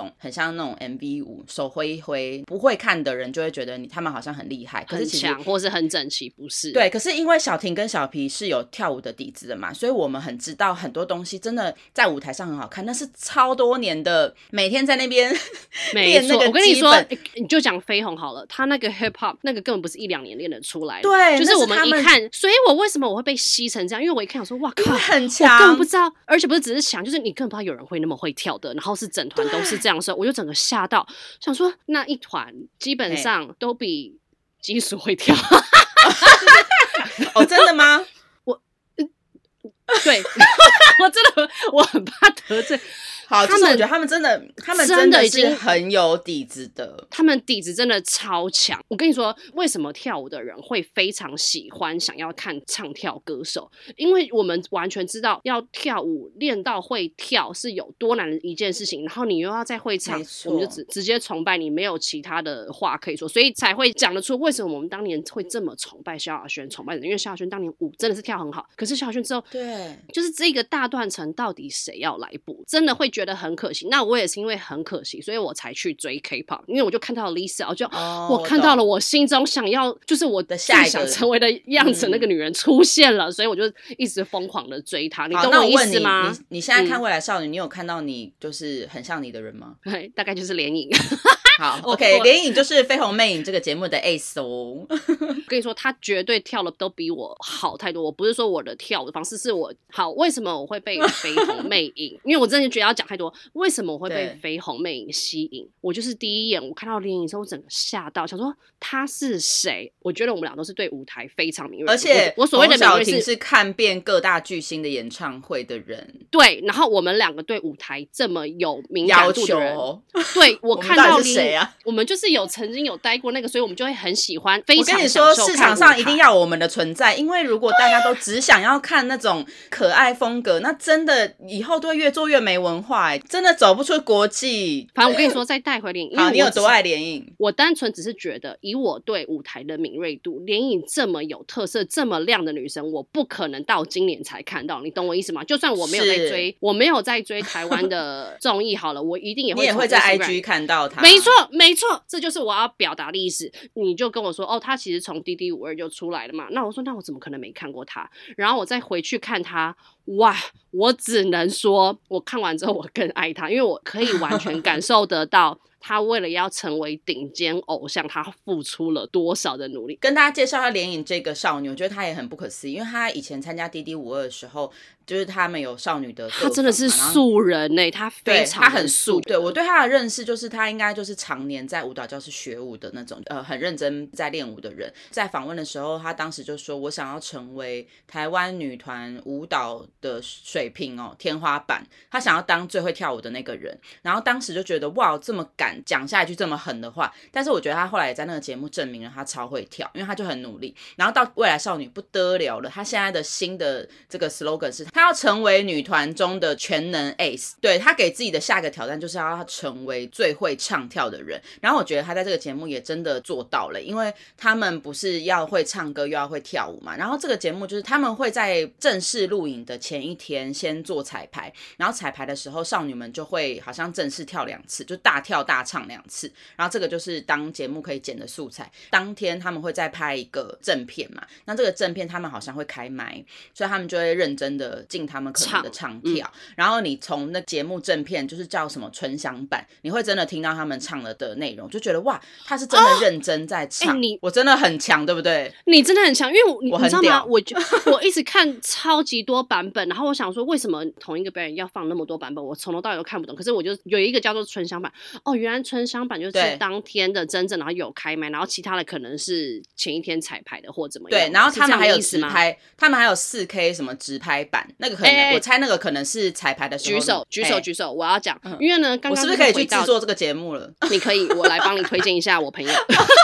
种很像那种 MV 舞，手挥一挥，不会看的人就会觉得他们好像很厉害，可是其实很强或是很整齐，不是？ 对，可是因为小婷跟小皮是有跳舞的底子的嘛，所以我们很知道很多东西真的在舞台上很好看，那是超多年的每天在那边练那个基本。 我跟你说，你就讲绯红好了，他那个 hip hop 那个根本不是1-2年练得出来的， 对， 就是我们一看，所以我为什么我会被吸成这样？因为我一看我说哇靠， 很强， 我根本不知道，而且不是只是强，就是你根本不知道有人会那么会跳的，然后是整团都是这样的时候，我就整个吓到，想说那一团基本上都比基础会跳。 哦，真的吗？ 对，我真的我很怕得罪。 好，就是我觉得他们真的是很有底子的， 他们底子真的超强。我跟你说，为什么跳舞的人会非常喜欢想要看唱跳歌手？因为我们完全知道要跳舞练到会跳是有多难的一件事情，然后你又要再会唱，我们就直接崇拜你，没有其他的话可以说，所以才会讲得出为什么我们当年会这么崇拜萧亚轩，崇拜人，因为萧亚轩当年舞真的是跳很好，可是萧亚轩之后， 对， 就是这个大断层到底谁要来补，真的会觉得很可惜。那我也是因为很可惜，所以我才去追 K-pop， 因为我就看到了 Lisa， 我看到了我心中想要，就是我的下一个想成为的样子，那个女人出现了，所以我就一直疯狂的追她。你懂我意思吗？ 你现在看未来少女，你有看到你就是很像你的人吗？ 大概就是连影。 好 ，OK， 连影就是绯红魅影这个节目的 ace 哦。 我跟你说，他绝对跳的都比我好太多。我不是说我的跳的方式是我好，为什么我会被绯红魅影？因为我真的觉得要讲太多。为什么我会被绯红魅影吸引？我就是第一眼我看到连影的时候，我整个吓到，想说他是谁？我觉得我们俩都是对舞台非常敏锐， 而且我所谓的敏锐是看遍各大巨星的演唱会的人。 对，然后我们两个对舞台这么有敏感度的人，对我看到连影。我们就是曾经有待过那个，所以我们就会很喜欢，非常享受看舞台。我跟你说， 市场上一定要我们的存在，因为如果大家都只想要看那种可爱风格，那真的以后都会越做越没文化，真的走不出国际。 反正我跟你说，再带回连影， 好，你有多爱连影？ 我单纯只是觉得，以我对舞台的敏锐度，连影这么有特色、这么亮的女生，我不可能到今年才看到，你懂我意思吗？就算我没有在追台湾的综艺好了，我一定也会， 你也会在 IG 看到她。 没错，没错，这就是我要表达的意思。你就跟我说，哦，他其实从DD52就出来了嘛。那我说，那我怎么可能没看过他？然后我再回去看他，哇，我只能说，我看完之后我更爱他，因为我可以完全感受得到。他为了要成为顶尖偶像，他付出了多少的努力。 跟大家介绍他连影这个少女，我觉得她也很不可思议，因为她以前参加DD52的时候，就是他们有少女的， 她真的是素人欸，她非常她很素。对，我对她的认识就是她应该就是常年在舞蹈教室学舞的那种，很认真在练舞的人。在访问的时候，她当时就说：“我想要成为台湾女团舞蹈的水平天花板，她想要当最会跳舞的那个人。”然后当时就觉得哇，这么敢讲下一句这么狠的话。但是我觉得她后来也在那个节目证明了她超会跳，因为她就很努力。然后到未来少女不得了了，她现在的新的这个 slogan 是她要成为女团中的全能 ace。 对，她给自己的下个挑战就是要成为最会唱跳的人。然后我觉得她在这个节目也真的做到了，因为他们不是要会唱歌又要会跳舞嘛。然后这个节目就是他们会在正式录影的前一天先做彩排，然后彩排的时候少女们就会好像正式跳2次，就大跳大唱2次。然后这个就是当节目可以剪的素材。当天他们会再拍一个正片嘛，那这个正片他们好像会开麦，所以他们就会认真的进他们可能的唱跳。然后你从那节目正片就是叫什么纯享版，你会真的听到他们唱了的内容，就觉得哇，他是真的认真在唱。我真的很强，对不对？ 你真的很强，因为我你知道吗？我一直看超级多版本，然后我想说为什么同一个表演要放那么多版本，我从头到尾都看不懂。可是我就有一个叫做纯享版，原来纯享版就是当天的真正，然后有开麦，然后其他的可能是前一天彩排的或怎么样。 对，然后他们还有直拍，他们还有4K 什么直拍版，那个可能我猜那个可能是彩排的时候。举手，我要讲，因为呢，刚刚我是不是可以去制作这个节目了？ 你可以，我来帮你推荐一下我朋友。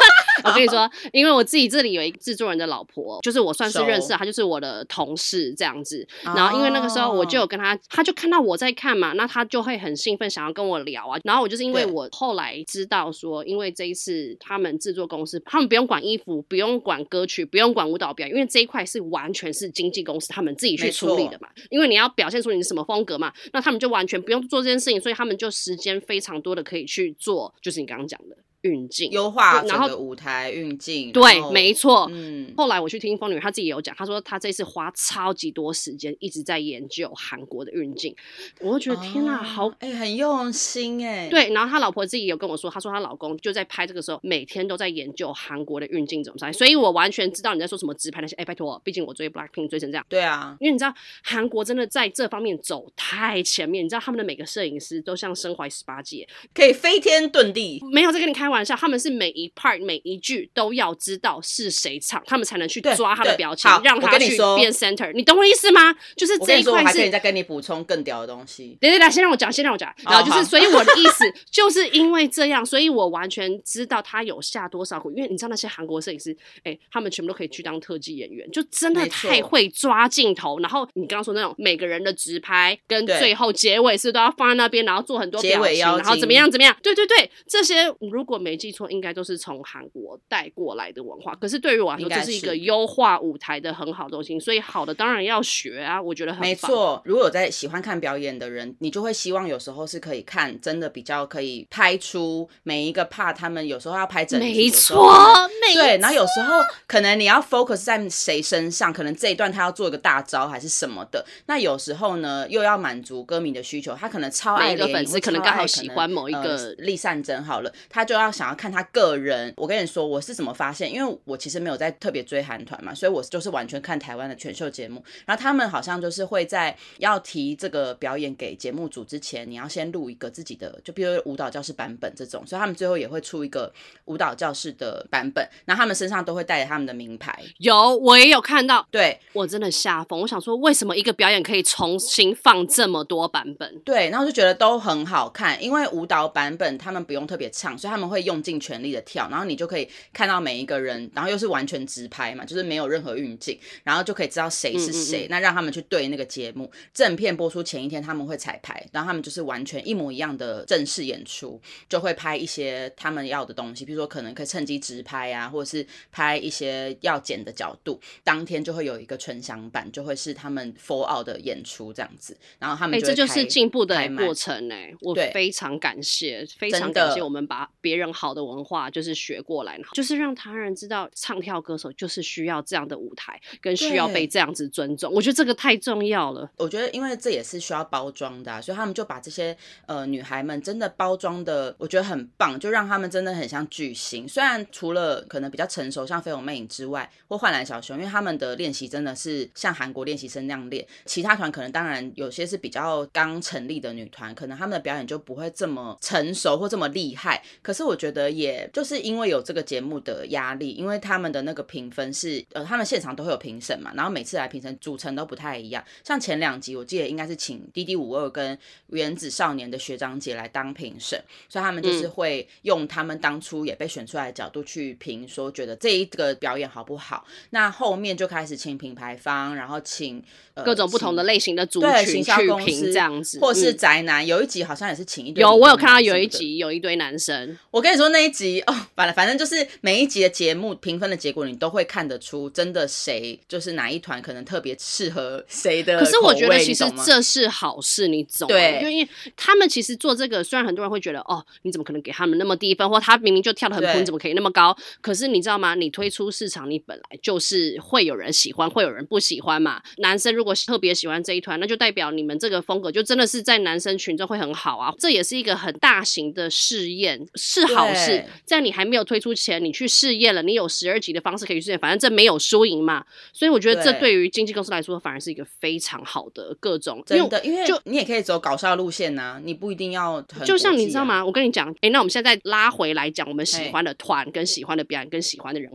我跟你说，因为我自己这里有一个制作人的老婆，就是我算是认识，她就是我的同事这样子。然后因为那个时候我就有跟她就看到我在看嘛，那她就会很兴奋想要跟我聊啊。然后我就是因为我后来知道说，因为这一次他们制作公司，他们不用管衣服，不用管歌曲，不用管舞蹈表演，因为这一块是完全是经纪公司他们自己去处理的嘛。因为你要表现出你是什么风格嘛，那他们就完全不用做这件事情，所以他们就时间非常多的可以去做，就是你刚刚讲的运镜优化整个舞台运镜， 对，没错。后来我去听风女，她自己有讲，她说她这次花超级多时间一直在研究韩国的运镜，我就觉得天哪，好很用心对，然后她老婆自己有跟我说，她说她老公就在拍这个时候，每天都在研究韩国的运镜怎么拍，所以我完全知道你在说什么直拍那些。拜托，毕竟我追 BLACKPINK 追成这样。 对啊， 因为你知道韩国真的在这方面走太前面，你知道他们的每个摄影师都像身怀18戒， 可以飞天遁地， 没有在跟你开玩笑，他们是每一 part 每一句都要知道是谁唱，他们才能去抓他的表情，让他去变 center。你懂我意思吗？就是这一块是。 我还可以再跟你补充更屌的东西。 对，先让我讲。然后就是，所以我的意思就是因为这样，所以我完全知道他有下多少苦。因为你知道那些韩国摄影师，他们全部都可以去当特技演员，就真的太会抓镜头。然后你刚刚说那种每个人的直拍跟最后结尾是都要放在那边，然后做很多表情，然后怎么样，对，这些如果没记错，应该都是从韩国带过来的文化。可是对于我来说，这是一个优化舞台的很好的东西，所以好的当然要学啊，我觉得很棒。 没错，如果有在喜欢看表演的人，你就会希望有时候是可以看真的比较可以拍出每一个 part， 他们有时候要拍整体的时候，对，然后有时候可能你要 focus 在谁身上，可能这一段他要做一个大招还是什么的，那有时候呢又要满足歌迷的需求，他可能超爱每个粉丝可能刚好喜欢某一个立善珍好了，他就要想要看他个人。我跟你说我是怎么发现，因为我其实没有在特别追韩团嘛，所以我就是完全看台湾的选秀节目，然后他们好像就是会在要提这个表演给节目组之前，你要先录一个自己的，就比如舞蹈教室版本这种，所以他们最后也会出一个舞蹈教室的版本，然后他们身上都会带着他们的名牌。 我也有看到， 对， 我真的吓疯，我想说为什么一个表演可以重新放这么多版本？ 对，然后就觉得都很好看，因为舞蹈版本他们不用特别唱，所以他们会用尽全力的跳，然后你就可以看到每一个人，然后又是完全直拍嘛，就是没有任何运镜，然后就可以知道谁是谁，那让他们去对那个节目。正片播出前一天他们会彩排，然后他们就是完全一模一样的正式演出，就会拍一些他们要的东西，比如说可能可以趁机直拍啊，或者是拍一些要剪的角度，当天就会有一个纯享版，就会是他们 full out 的演出这样子，然后他们就会这就是进步的过程我非常感谢我们把别人好的文化就是学过来，就是让他人知道唱跳歌手就是需要这样的舞台，跟需要被这样子尊重，我觉得这个太重要了。 我觉得因为这也是需要包装的所以他们就把这些女孩们真的包装的我觉得很棒，就让他们真的很像巨星。虽然除了可能比较成熟像绯红魅影之外，或幻蓝小熊，因为他们的练习真的是像韩国练习生那样练，其他团可能当然有些是比较刚成立的女团，可能他们的表演就不会这么成熟或这么厉害，可是我觉得也就是因为有这个节目的压力，因为他们的那个评分是他们现场都会有评审嘛，然后每次来评审组成都不太一样，像前2集我记得应该是请DD52跟原子少年的学长姐来当评审，所以他们就是会用他们当初也被选出来的角度去评，说觉得这一个表演好不好。那后面就开始请品牌方，然后请各种不同的类型的族群去评这样子， 或是宅男有一集好像也是请一堆， 我有看到有一集有一堆男生。 我跟你说那一集反正就是每一集的节目评分的结果你都会看得出真的谁就是哪一团可能特别适合谁的口味。 可是我觉得其实这是好事，你懂吗？ 对， 因为他们其实做这个，虽然很多人会觉得你怎么可能给他们那么低分，或他明明就跳得很普，你怎么可以那么高？可是你知道吗？你推出市场，你本来就是会有人喜欢，会有人不喜欢嘛。男生如果特别喜欢这一团，那就代表你们这个风格就真的是在男生群众会很好啊。这也是一个很大型的试验，是好事。在你还没有推出前，你去试验了，你有12集的方式可以去试验，反正这没有输赢嘛。所以我觉得这对于经纪公司来说，反而是一个非常好的各种真的，因为就你也可以走搞笑路线啊，你不一定要很就像你知道吗？我跟你讲，那我们现在拉回来讲我们喜欢的团跟喜欢的表演跟喜欢的人好不好？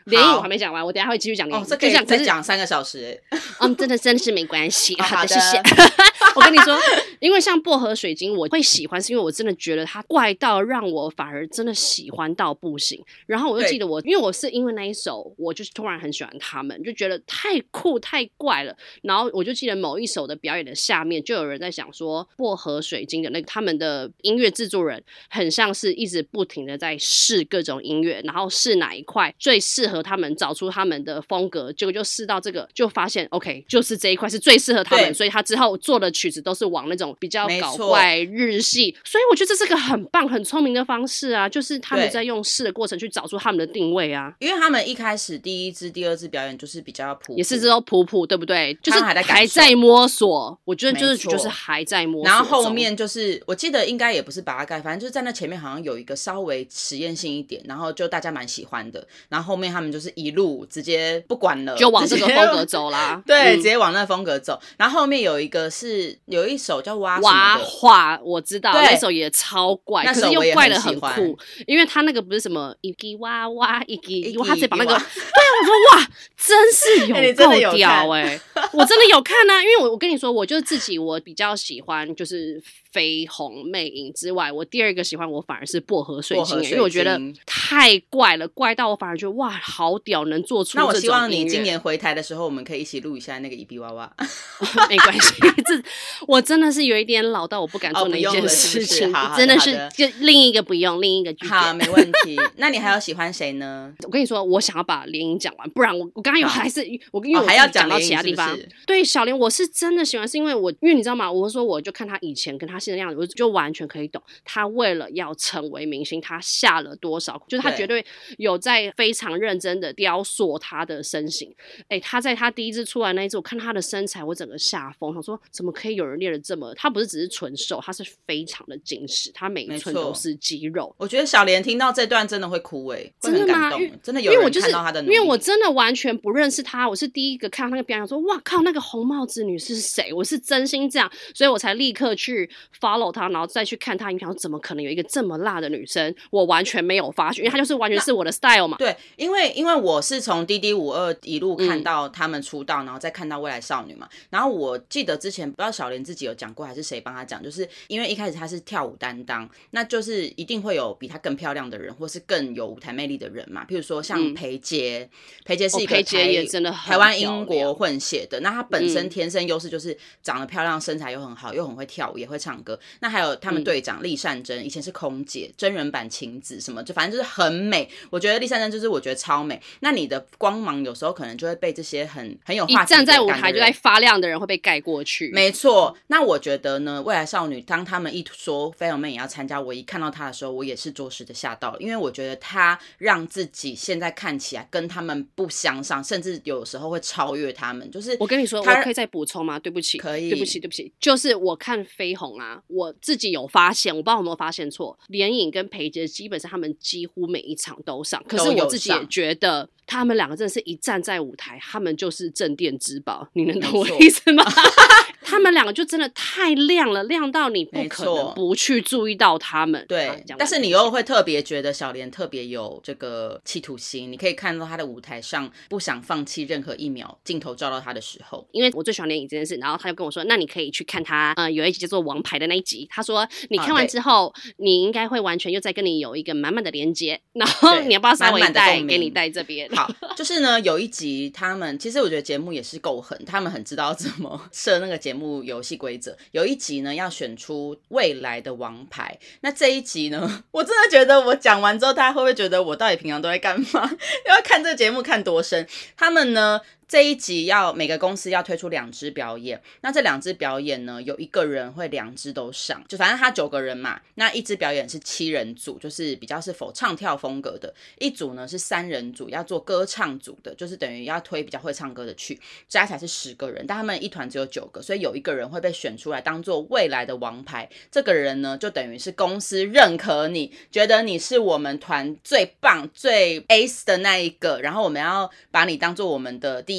联谊我还没讲完，我等一下会继续讲联谊。 这可以再讲3个小时真的是没关系。好的， 好的谢谢。我跟你说，因为像薄荷水晶我会喜欢，是因为我真的觉得它怪到让我反而真的喜欢到不行。然后我就记得因为我是因为那一首，我就是突然很喜欢他们，就觉得太酷太怪了。然后我就记得某一首的表演的下面就有人在讲说，薄荷水晶的那个他们的音乐制作人很像是一直不停的在试各种音乐，然后试哪一块最适合他们，找出他们的风格，结果就试到这个，就发现 OK 就是这一块是最适合他们，所以他之后做的曲子都是往那种比较搞怪日系，所以我觉得这是个很棒很聪明的方式啊，就是他们在用试的过程去找出他们的定位啊。 因为他们一开始第一支第二支表演就是比较普， 也是之后普对不对，就是还在摸索，我觉得就是还在摸索。 然后后面就是我记得应该也不是把它盖，反正就是在那前面好像有一个稍微实验性一点，然后就大家蛮喜欢的，然后后面他们就是一路直接不管了， 就往这个风格走啦。 对，直接往那个风格走。然后后面有一首叫蛙画，我知道那首也超怪，可是又怪得很酷，因为他那个不是什么一滴哇哇一滴，他直接把那个对啊，我说哇，真是有够屌我真的有看啊，因为我跟你说，我就自己我比较喜欢就是绯红魅影之外，我第二个喜欢我反而是薄荷水晶，因为我觉得太怪了，怪到我反而觉得哇好屌，能做出这种音乐。 那我希望你今年回台的时候，我们可以一起录一下那个一比娃娃。 没关系，我真的是有一点老到我不敢做那一件事情，真的是就另一个不用，另一个拒绝。 好，没问题。那你还有喜欢谁呢？ 我跟你说，我想要把联谊讲完，不然我刚刚有还是因为我还要讲到其他地方。对，小莲我是真的喜欢，是因为你知道吗？我说我就看他以前跟他现在的样子，我就完全可以懂他为了要成为明星，他下了多少，就是他绝对有在非常认真的雕塑他的身形。他在他第一支出来那一支，我看他的身材，我整个下风，想说怎么可以有人练得这么？他不是只是纯瘦，他是非常的紧实，他每一寸都是肌肉。 我觉得小莲听到这段真的会哭真的吗？ 真的有人看到他的努力， 因为我真的完全不认识他，我是第一个看到那个表演，说哇靠，那个红帽子女是谁？我是真心这样，所以我才立刻去 follow 他，然后再去看他影片，怎么可能有一个这么辣的女生？我完全没有发觉，因为他就是完全是我的 style 嘛。 对，因为我是从DD52一路看到他们出道，然后再看到未来少女嘛。然后我记得之前不知道小莲自己有讲过，还是谁帮他讲，就是因为一开始他是跳舞担当，那就是一定会有比他更漂亮的人，或是更有舞台魅力的人嘛。譬如说像裴杰，裴杰是一个台湾英国混血的，那他本身天生优势就是长得漂亮，身材又很好，又很会跳舞，也会唱歌。那还有他们队长厉善珍，以前是空姐，真人版晴子什么，就反正就是很美。我觉得厉善珍就是我觉得超美。那你的光芒有时候可能就会被这些很有话题一站在舞台就在发亮的人会被盖过去。 没错。那我觉得呢，未来少女当他们一说绯红魅影也要参加，我一看到她的时候，我也是着实的吓到了，因为我觉得她让自己现在看起来跟他们不相上，甚至有时候会超越他们。就是我跟你说，我可以再补充吗？对不起， 可以， 对不起，就是我看绯红啊，我自己有发现，我不知道有没有发现错，连颖跟裴杰基本上他们几乎每一场都上，可是我自己也觉得他们两个真的是一站在舞台，他们就是镇店之宝，你能懂我意思吗？他们两个就真的太亮了，亮到你不可能不去注意到他们。 对，但是你又会特别觉得小莲特别有这个企图心，你可以看到她的舞台上不想放弃任何一秒镜头照到她的时候。 因为我最喜欢连颖这件事，然后他就跟我说，那你可以去看他有一集叫做王牌的那一集，他说你看完之后你应该会完全又再跟你有一个满满的连接，然后你要不要稍微给你带这边。 好，就是呢有一集他们其实我觉得节目也是够狠，他们很知道怎么设那个节目游戏规则。有一集呢要选出未来的王牌，那这一集呢我真的觉得我讲完之后大家会不会觉得我到底平常都在干嘛要看这个节目看多深。他们呢这一集每个公司要推出2支表演，那这2支表演呢有一个人会2支都上，就反正他9个人嘛，那一支表演是7人组，就是比较是否唱跳风格的，一组呢是3人组，要做歌唱组的，就是等于要推比较会唱歌的去，加起来是10个人，但他们一团只有9个，所以有一个人会被选出来当做未来的王牌。这个人呢就等于是公司认可你，觉得你是我们团最棒最 ace 的那一个，然后我们要把你当做我们的第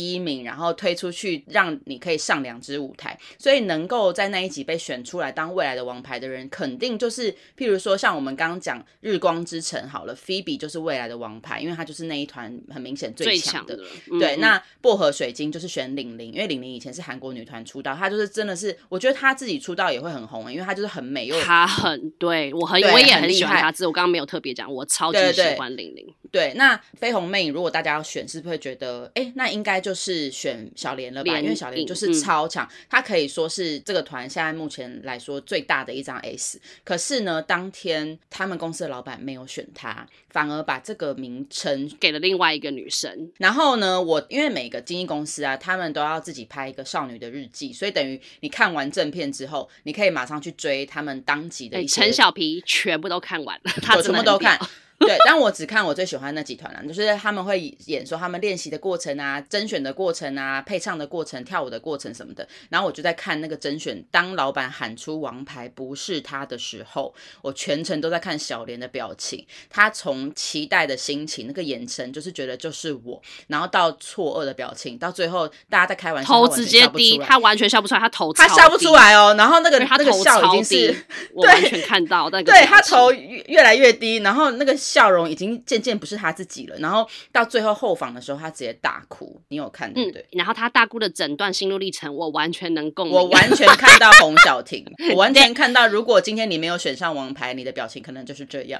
第1名，然后推出去让你可以上2支舞台，所以能够在那一集被选出来当未来的王牌的人，肯定就是譬如说像我们刚刚讲日光之城好了， Phoebe 就是未来的王牌，因为他就是那一团很明显最强的。对，那薄荷水晶就是选玲玲，因为玲玲以前是韩国女团出道，她就是真的是，我觉得她自己出道也会很红，因为她就是很美又她很对我也很喜欢她，只是我刚刚没有特别讲，我超级喜欢玲玲。 对，那绯红魅影如果大家要选，是不是会觉得那应该就是选小莲了吧？因为小莲就是超强，她可以说是这个团现在目前来说最大的一张 S。可是呢，当天他们公司的老板没有选她，反而把这个名称给了另外一个女生。 然后呢，因为每个经纪公司啊，他们都要自己拍一个少女的日记，所以等于你看完正片之后，你可以马上去追他们当集的一些。 陈小皮全部都看完了，他全部都看。对，但我只看我最喜欢那几团啦，就是他们会演说他们练习的过程啊、甄选的过程啊、配唱的过程、跳舞的过程什么的，然后我就在看那个甄选，当老板喊出王牌不是他的时候，我全程都在看小莲的表情，他从期待的心情，那个眼神就是觉得就是我，然后到错愕的表情，到最后大家在开玩笑， 头直接低，他完全笑不出来，他头他笑不出来哦，然后那个笑已经是我完全看到那个对他头越来越低，然后那个笑容已经渐渐不是他自己了，然后到最后后访的时候他直接大哭，你有看对不对？ 然后他大哭的整段心路历程我完全能共鸣， 我完全看到洪小婷我完全看到如果今天你没有选上王牌，你的表情可能就是这样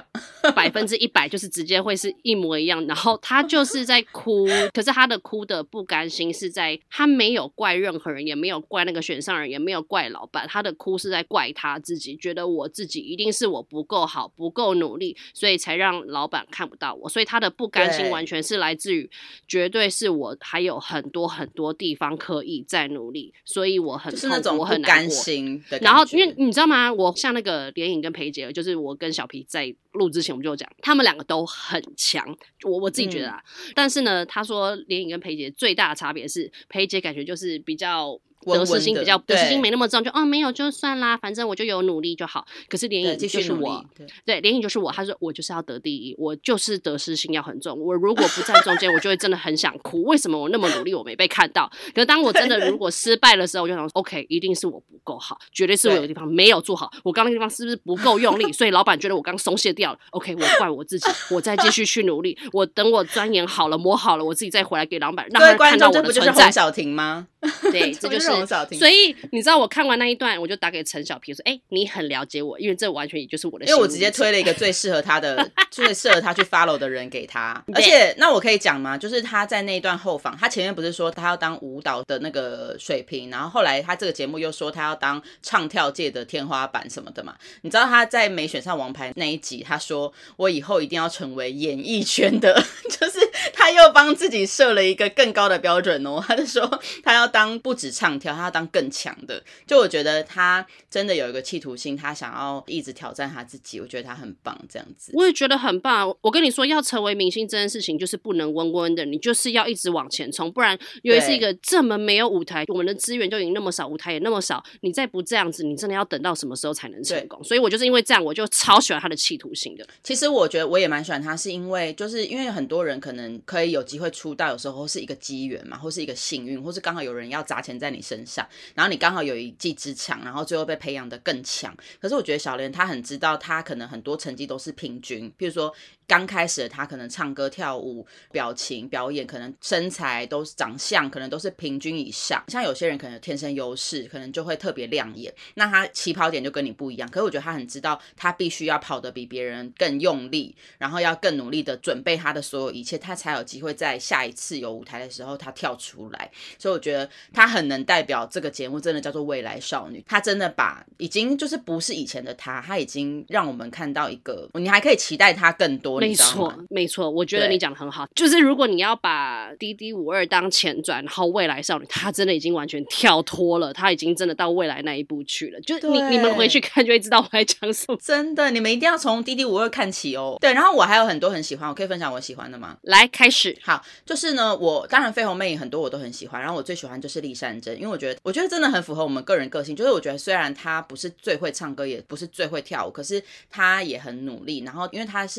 100%就是直接会是一模一样，然后他就是在哭可是他的哭的不甘心是在他没有怪任何人，也没有怪那个选上人，也没有怪老板，他的哭是在怪他自己，觉得我自己一定是我不够好不够努力，所以才让老板看不到我，所以他的不甘心完全是来自于绝对是我还有很多很多地方可以再努力，所以我很痛苦，就是那种不甘心的感觉。 然后因为你知道吗，我像那个连颖跟裴杰，就是我跟小皮在录之前我们就讲他们两个都很强，我自己觉得啊，但是呢他说连颖跟裴杰最大的差别是裴杰感觉就是比较得失心比较得失心没那么重，就没有就算啦，反正我就有努力就好。可是连颖就是我，对连颖就是我，他说我就是要得第一，我就是得失心要很重，我如果不站中间我就会真的很想哭，为什么我那么努力我没被看到？可是当我真的如果失败的时候，我就想 OK 一定是我不够好，绝对是我有个地方没有做好，我刚那个地方是不是不够用力，所以老板觉得我刚松懈掉了。 OK 我怪我自己，我再继续去努力，我等我钻研好了磨好了，我自己再回来给老板让他看到我的存在。这不就是洪小婷吗？ 对，这就是所以你知道我看完那一段我就打给陈小皮说你很了解我，因为这完全也就是我的心路历程， 因为我直接推了一个最适合他的最适合他去 follow 的人给他而且那我可以讲吗，就是他在那一段后访，他前面不是说他要当舞蹈的那个水平，然后后来他这个节目又说他要当唱跳界的天花板什么的嘛。你知道他在没选上王牌那一集他说我以后一定要成为演艺圈的就是他又帮自己设了一个更高的标准哦，他就说他要当不止唱跳，他要当更强的。就我觉得他真的有一个企图心，他想要一直挑战他自己，我觉得他很棒这样子。 我也觉得很棒。我跟你说要成为明星这件事情就是不能温温的，你就是要一直往前冲，不然因为是一个这么没有舞台，我们的资源就已经那么少，舞台也那么少，你再不这样子你真的要等到什么时候才能成功？所以我就是因为这样我就超喜欢他的企图心的。 其实我觉得我也蛮喜欢他，是因为很多人可能可以有机会出道，有时候是一个机缘嘛，或是一个幸运，或是刚好有人要砸钱在你身上，然后你刚好有一技之长，然后最后被培养得更强。可是我觉得小莲她很知道她可能很多成绩都是平均，比如说刚开始的她可能唱歌跳舞表情表演可能身材都长相可能都是平均以上，像有些人可能有天生优势可能就会特别亮眼，那她起跑点就跟你不一样。可是我觉得她很知道她必须要跑得比别人更用力，然后要更努力的准备她的所有一切，她才有机会在下一次有舞台的时候她跳出来。所以我觉得她很能代表这个节目真的叫做未来少女，她真的把已经就是不是以前的她已经让我们看到一个你还可以期待她更多。 没错没错，我觉得你讲得很好，就是如果你要把滴滴52当前传，然后未来少女她真的已经完全跳脱了，她已经真的到未来那一步去了，就你们回去看就会知道我在讲什么。 真的你们一定要从滴滴52看起哦。对，然后我还有很多很喜欢，我可以分享我喜欢的吗？ 来开始。 好，就是呢我当然绯红魅影很多我都很喜欢，然后我最喜欢就是厉善珍，因为我觉得真的很符合我们个人个性，就是我觉得虽然她不是最会唱歌也不是最会跳舞，可是她也很努力，然后因为她是整个节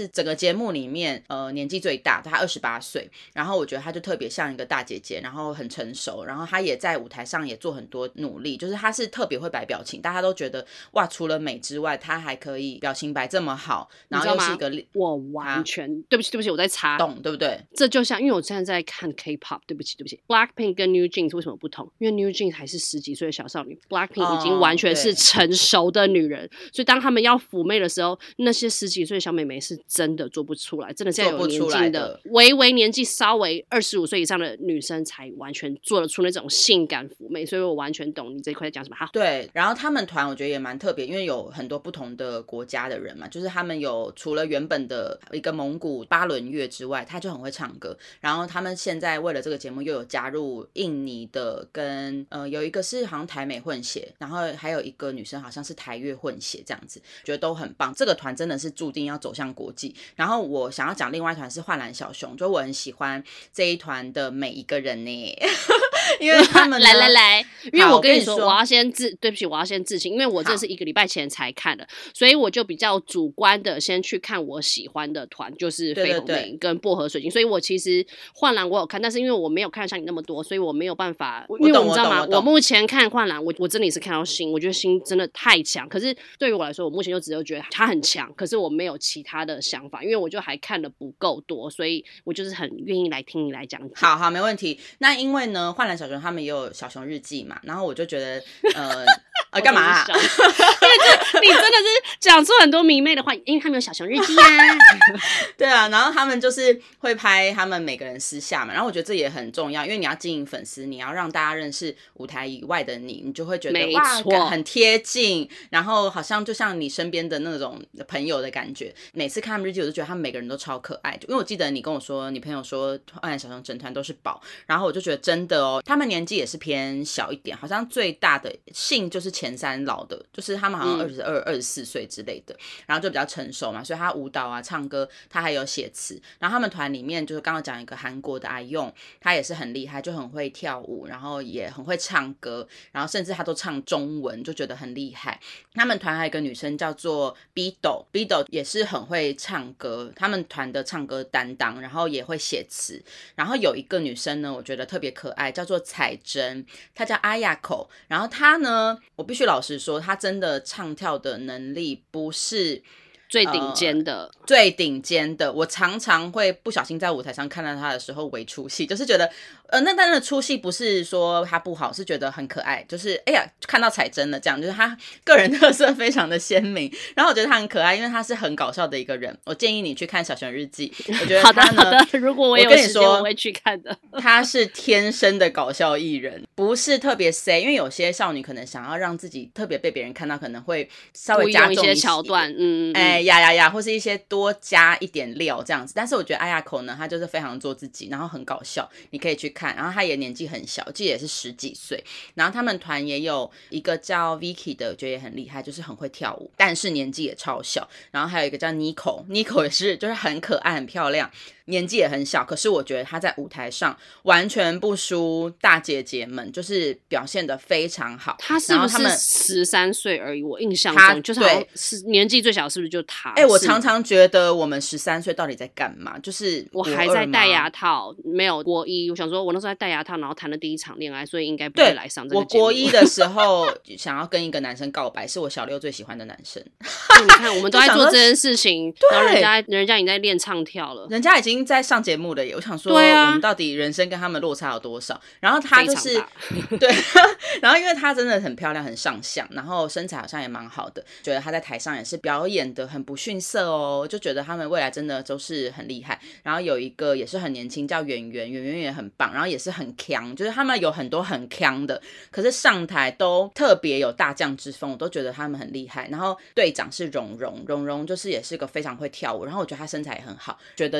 节目里面年纪最大，她28岁，然后我觉得她就特别像一个大姐姐，然后很成熟，然后她也在舞台上也做很多努力，就是她是特别会摆表情，大家都觉得哇，除了美之外，她还可以表情摆这么好，然后又是一个我完全对不起，我在查懂对不对？ 这就像因为我现在在看 K-pop， 对不起 Blackpink 跟 New Jeans 为什么不同？因为 New Jeans 还是10几岁的小少女， Blackpink 已经完全是成熟的女人，所以当他们要妩媚的时候，那些10几岁的小妹妹是真的做不出来，真的是要有年纪的微年纪稍微25岁以上的女生才完全做得出那种性感妩媚，所以我完全懂你这一块在讲什么。 对，然后他们团我觉得也蛮特别，因为有很多不同的国家的人嘛，就是他们有除了原本的一个蒙古巴伦乐之外，他就很会唱歌，然后他们现在为了这个节目又有加入印尼的跟有一个是好像台美混血，然后还有一个女生好像是台越混血这样子，觉得都很棒，这个团真的是注定要走向国际。然后我想要讲另外一团是幻蓝小熊，就我很喜欢这一团的每一个人呢因为他们来，因为我跟你说对不起，我要先自清，因为我这是1个礼拜前才看的，所以我就比较主观的先去看我喜欢的团，就是绯红妹跟薄荷水晶，所以我其实幻蓝我有看，但是因为我没有看像你那么多，所以我没有办法，因为你知道吗？我目前看幻蓝，我真的也是看到星，我觉得星真的太强，可是对于我来说，我目前就只有觉得他很强，可是我没有其他的想法，因为我就还看的不够多，所以我就是很愿意来听你来讲解。 好，没问题。那因为呢，幻蓝小熊他们也有小熊日记嘛，然后我就觉得干嘛啊？ 因为你真的是讲出很多迷妹的话，因为他们有小熊日记啊。 对啊，然后他们就是会拍他们每个人私下嘛，然后我觉得这也很重要，因为你要经营粉丝，你要让大家认识舞台以外的你，你就会觉得哇，很贴近，然后好像就像你身边的那种朋友的感觉。每次看他们日记，我就觉得他们每个人都超可爱，因为我记得你跟我说，你朋友说幻蓝小熊整团都是宝，然后我就觉得真的哦，他们年纪也是偏小一点，好像最大的姓就是前3老的，就是他们好像22、24岁之类的，然后就比较成熟嘛，所以他舞蹈啊、唱歌，他还有写词。然后他们团里面就是刚刚讲一个韩国的阿用，他也是很厉害，就很会跳舞，然后也很会唱歌，然后甚至他都唱中文，就觉得很厉害。他们团还有一个女生叫做 Bido 也是很会唱歌，他们团的唱歌担当，然后也会写词。然后有一个女生呢，我觉得特别可爱，叫做彩珍，她叫阿亚口。然后她呢，我必须老实说，她真的唱跳的能力不是最顶尖的， 最顶尖的。我常常会不小心在舞台上看到她的时候微出戏，就是觉得那但是出戏不是说她不好，是觉得很可爱，就是哎呀看到彩珍了这样，就是她个人特色非常的鲜明，然后我觉得她很可爱，因为她是很搞笑的一个人。我建议你去看小熊日记，我觉得她呢好的，如果我有时间我会去看的。 她是天生的搞笑艺人，不是特别 say， 因为有些少女可能想要让自己特别被别人看到，可能会稍微加重一些桥段， 或是一些多加一点料这样子。但是我觉得阿亚口呢，她就是非常做自己，然后很搞笑，你可以去看。然后她也年纪很小，我记得也是10几岁。然后他们团也有一个叫 Vicky 的，我觉得也很厉害，就是很会跳舞，但是年纪也超小。然后还有一个叫 Nico 也是，就是很可爱、很漂亮，年纪也很小，可是我觉得她在舞台上完全不输大姐姐们，就是表现得非常好。 她是不是13岁而已？我印象中就是好像是年纪最小，是不是就她？ 我常常觉得我们13岁到底在干嘛？就是我还在戴牙套，没有国1。我想说，我那时候在戴牙套，然后谈了第1场恋爱，所以应该不会来上这个节目。 我国1的时候想要跟一个男生告白，是我小6最喜欢的男生。 你看，我们都在做这件事情，然后人家已经在练唱跳了， 人家已经在上节目了耶。我想说，我们到底人生跟他们落差有多少？然后他就是对，然后因为他真的很漂亮，很上相，然后身材好像也蛮好的，觉得他在台上也是表演的很不逊色哦，就觉得他们未来真的都是很厉害。然后有一个也是很年轻，叫圆圆也很棒，然后也是很强，就是他们有很多很强的，可是上台都特别有大将之风，我都觉得他们很厉害。然后队长是蓉蓉，就是也是个非常会跳舞，然后我觉得她身材也很好，觉得女团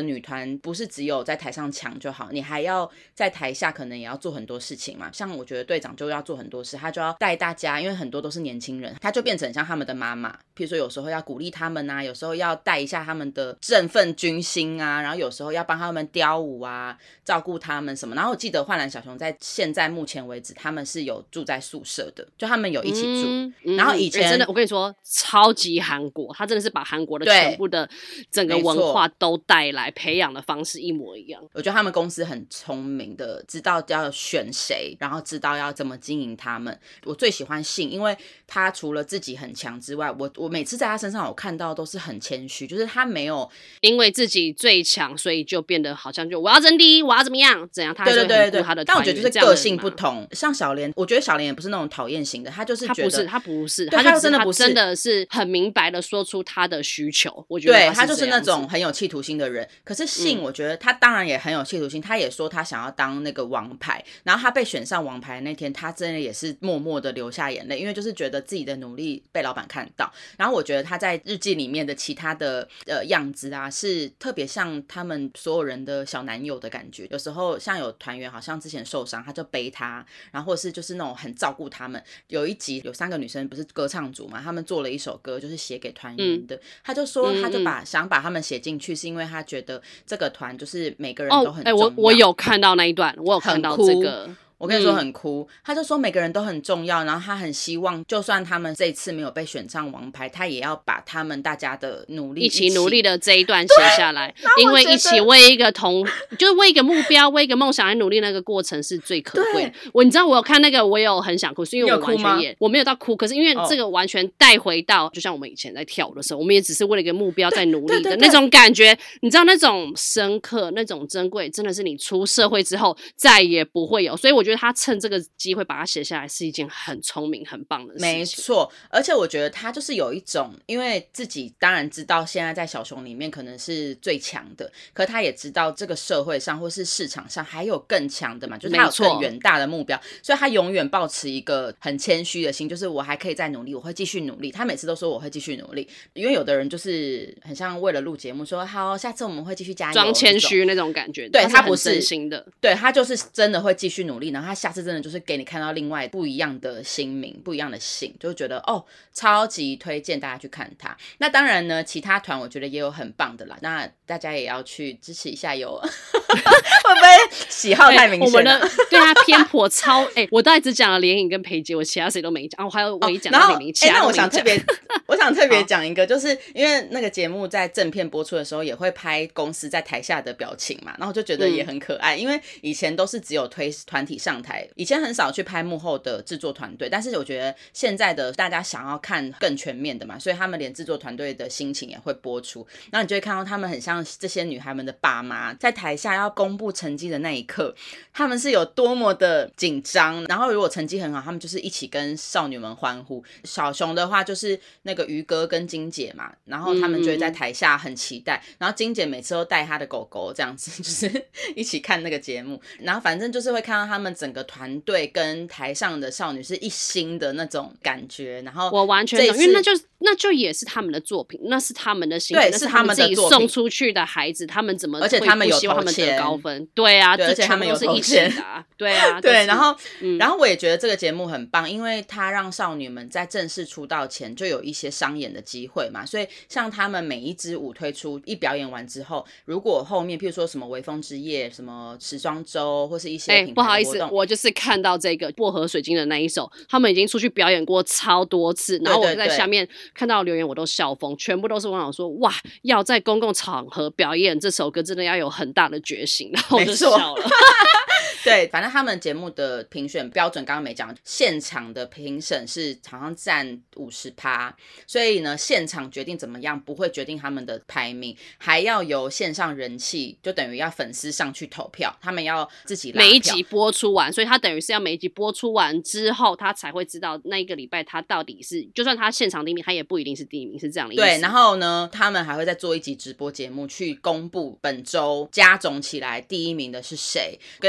团不是只有在台上强就好，你还要在台下可能也要做很多事情嘛。像我觉得队长就要做很多事，他就要带大家，因为很多都是年轻人，他就变成像他们的妈妈，譬如说有时候要鼓励他们啊，有时候要带一下他们的振奋军心啊，然后有时候要帮他们雕舞啊，照顾他们什么。然后我记得幻蓝小熊在现在目前为止他们是有住在宿舍的，就他们有一起住，然后以前、 真的我跟你说超级韩国，他真的是把韩国的全部的整个文化都带来，培养的方式一模一样。 我觉得他们公司很聪明的，知道要选谁，然后知道要怎么经营他们。我最喜欢信，因为他除了自己很强之外，我每次在他身上我看到都是很谦虚，就是他没有因为自己最强，所以就变得好像就我要争第一，我要怎么样怎样，他还是很顾他的团员。 但我觉得就是个性不同，像小莲，我觉得小莲也不是那种讨厌型的，他就是觉得他不是， 他就真的不是， 他真的是很明白的说出他的需求。我觉得对他就是那种很有企图心的人。可是信，我觉得他当然也很有企图心，他也说他想要当那个王牌，然后他被选上王牌那天，他真的也是默默的流下眼泪，因为就是觉得自己的努力被老板看到。然后我觉得他在日记里面的其他的样子啊，是特别像他们所有人的小男友的感觉。有时候像有团员好像之前受伤，他就背他，然后或者是就是那种很照顾他们。有一集有3个女生不是歌唱组嘛，他们做了一首歌就是写给团员的，他就说他就想把他们写进去，是因为他觉得这个团就是每个人都很重要。 我有看到那一段，我有看到这个。 我跟你说很哭，他就说每个人都很重要，然后他很希望就算他们这一次没有被选上王牌，他也要把他们大家的努力一起努力的这一段写下来，因为一起为一个就是为一个目标为一个梦想来努力，那个过程是最可贵的。你知道我有看那个，我有很想哭，是因为我完全我没有到哭，可是因为这个完全带回到就像我们以前在跳舞的时候，我们也只是为了一个目标在努力的那种感觉。你知道那种深刻那种珍贵，真的是你出社会之后再也不会有。所以我觉得他趁这个机会把它写下来是一件很聪明很棒的事情。 没错，而且我觉得他就是有一种，因为自己当然知道现在在小熊里面可能是最强的，可他也知道这个社会上或是市场上还有更强的嘛，就是他有更远大的目标，所以他永远抱持一个很谦虚的心，就是我还可以再努力，我会继续努力。他每次都说我会继续努力，因为有的人就是很像为了录节目说好下次我们会继续加油， 装谦虚那种感觉。 对，他不是真心的， 对，他就是真的会继续努力，然后他下次真的就是给你看到另外不一样的新名，不一样的性，就觉得超级推荐大家去看他。那当然呢，其他团我觉得也有很棒的啦，那大家也要去支持一下哟。会不会喜好太明显了？ 我们的对他偏颇超我大概只讲了连影跟裴杰，我其他谁都没讲我还有唯一讲到李明， 那我想特别讲一个，就是因为那个节目在正片播出的时候也会拍公司在台下的表情嘛，然后就觉得也很可爱，因为以前都是只有推团体上台，以前很少去拍幕后的制作团队，但是我觉得现在的大家想要看更全面的嘛，所以他们连制作团队的心情也会播出，然后你就会看到他们很像这些女孩们的爸妈，在台下要公布成绩的那一刻，他们是有多么的紧张，然后如果成绩很好，他们就是一起跟少女们欢呼。小熊的话就是那个鱼哥跟金姐嘛，然后他们就会在台下很期待，然后金姐每次都带她的狗狗这样子，就是一起看那个节目，然后反正就是会看到他们整个团队跟台上的少女是一心的那种感觉。然后我完全懂，因为那就也是他们的作品，那是他们的心， 对， 那是他们自己送出去的孩子，他们怎么而且他们有希望他们得高分？对啊， 对，而且他们有是一起的啊，对啊， 对，然后我也觉得这个节目很棒，因为他让少女们在正式出道前就有一些商演的机会嘛，所以像他们每一支舞推出一表演完之后，如果后面譬如说什么微风之夜、什么时装周或是一些品牌的活动， 不好意思，我就是看到这个薄荷水晶的那一首，他们已经出去表演过超多次，然后我在下面看到留言我都笑疯，全部都是网友说哇，要在公共场合表演这首歌真的要有很大的决心，然后我就笑了。 对，反正他们节目的评选标准刚刚没讲，现场的评审是好像占 50%， 所以呢现场决定怎么样不会决定他们的排名，还要由线上人气，就等于要粉丝上去投票，他们要自己拉票， 每一集播出完，所以他等于是要每一集播出完之后他才会知道那一个礼拜他到底是，就算他现场第一名他也不一定是第一名，是这样的意思。 对，然后呢他们还会再做一集直播节目去公布本周加总起来第一名的是谁。我跟你讲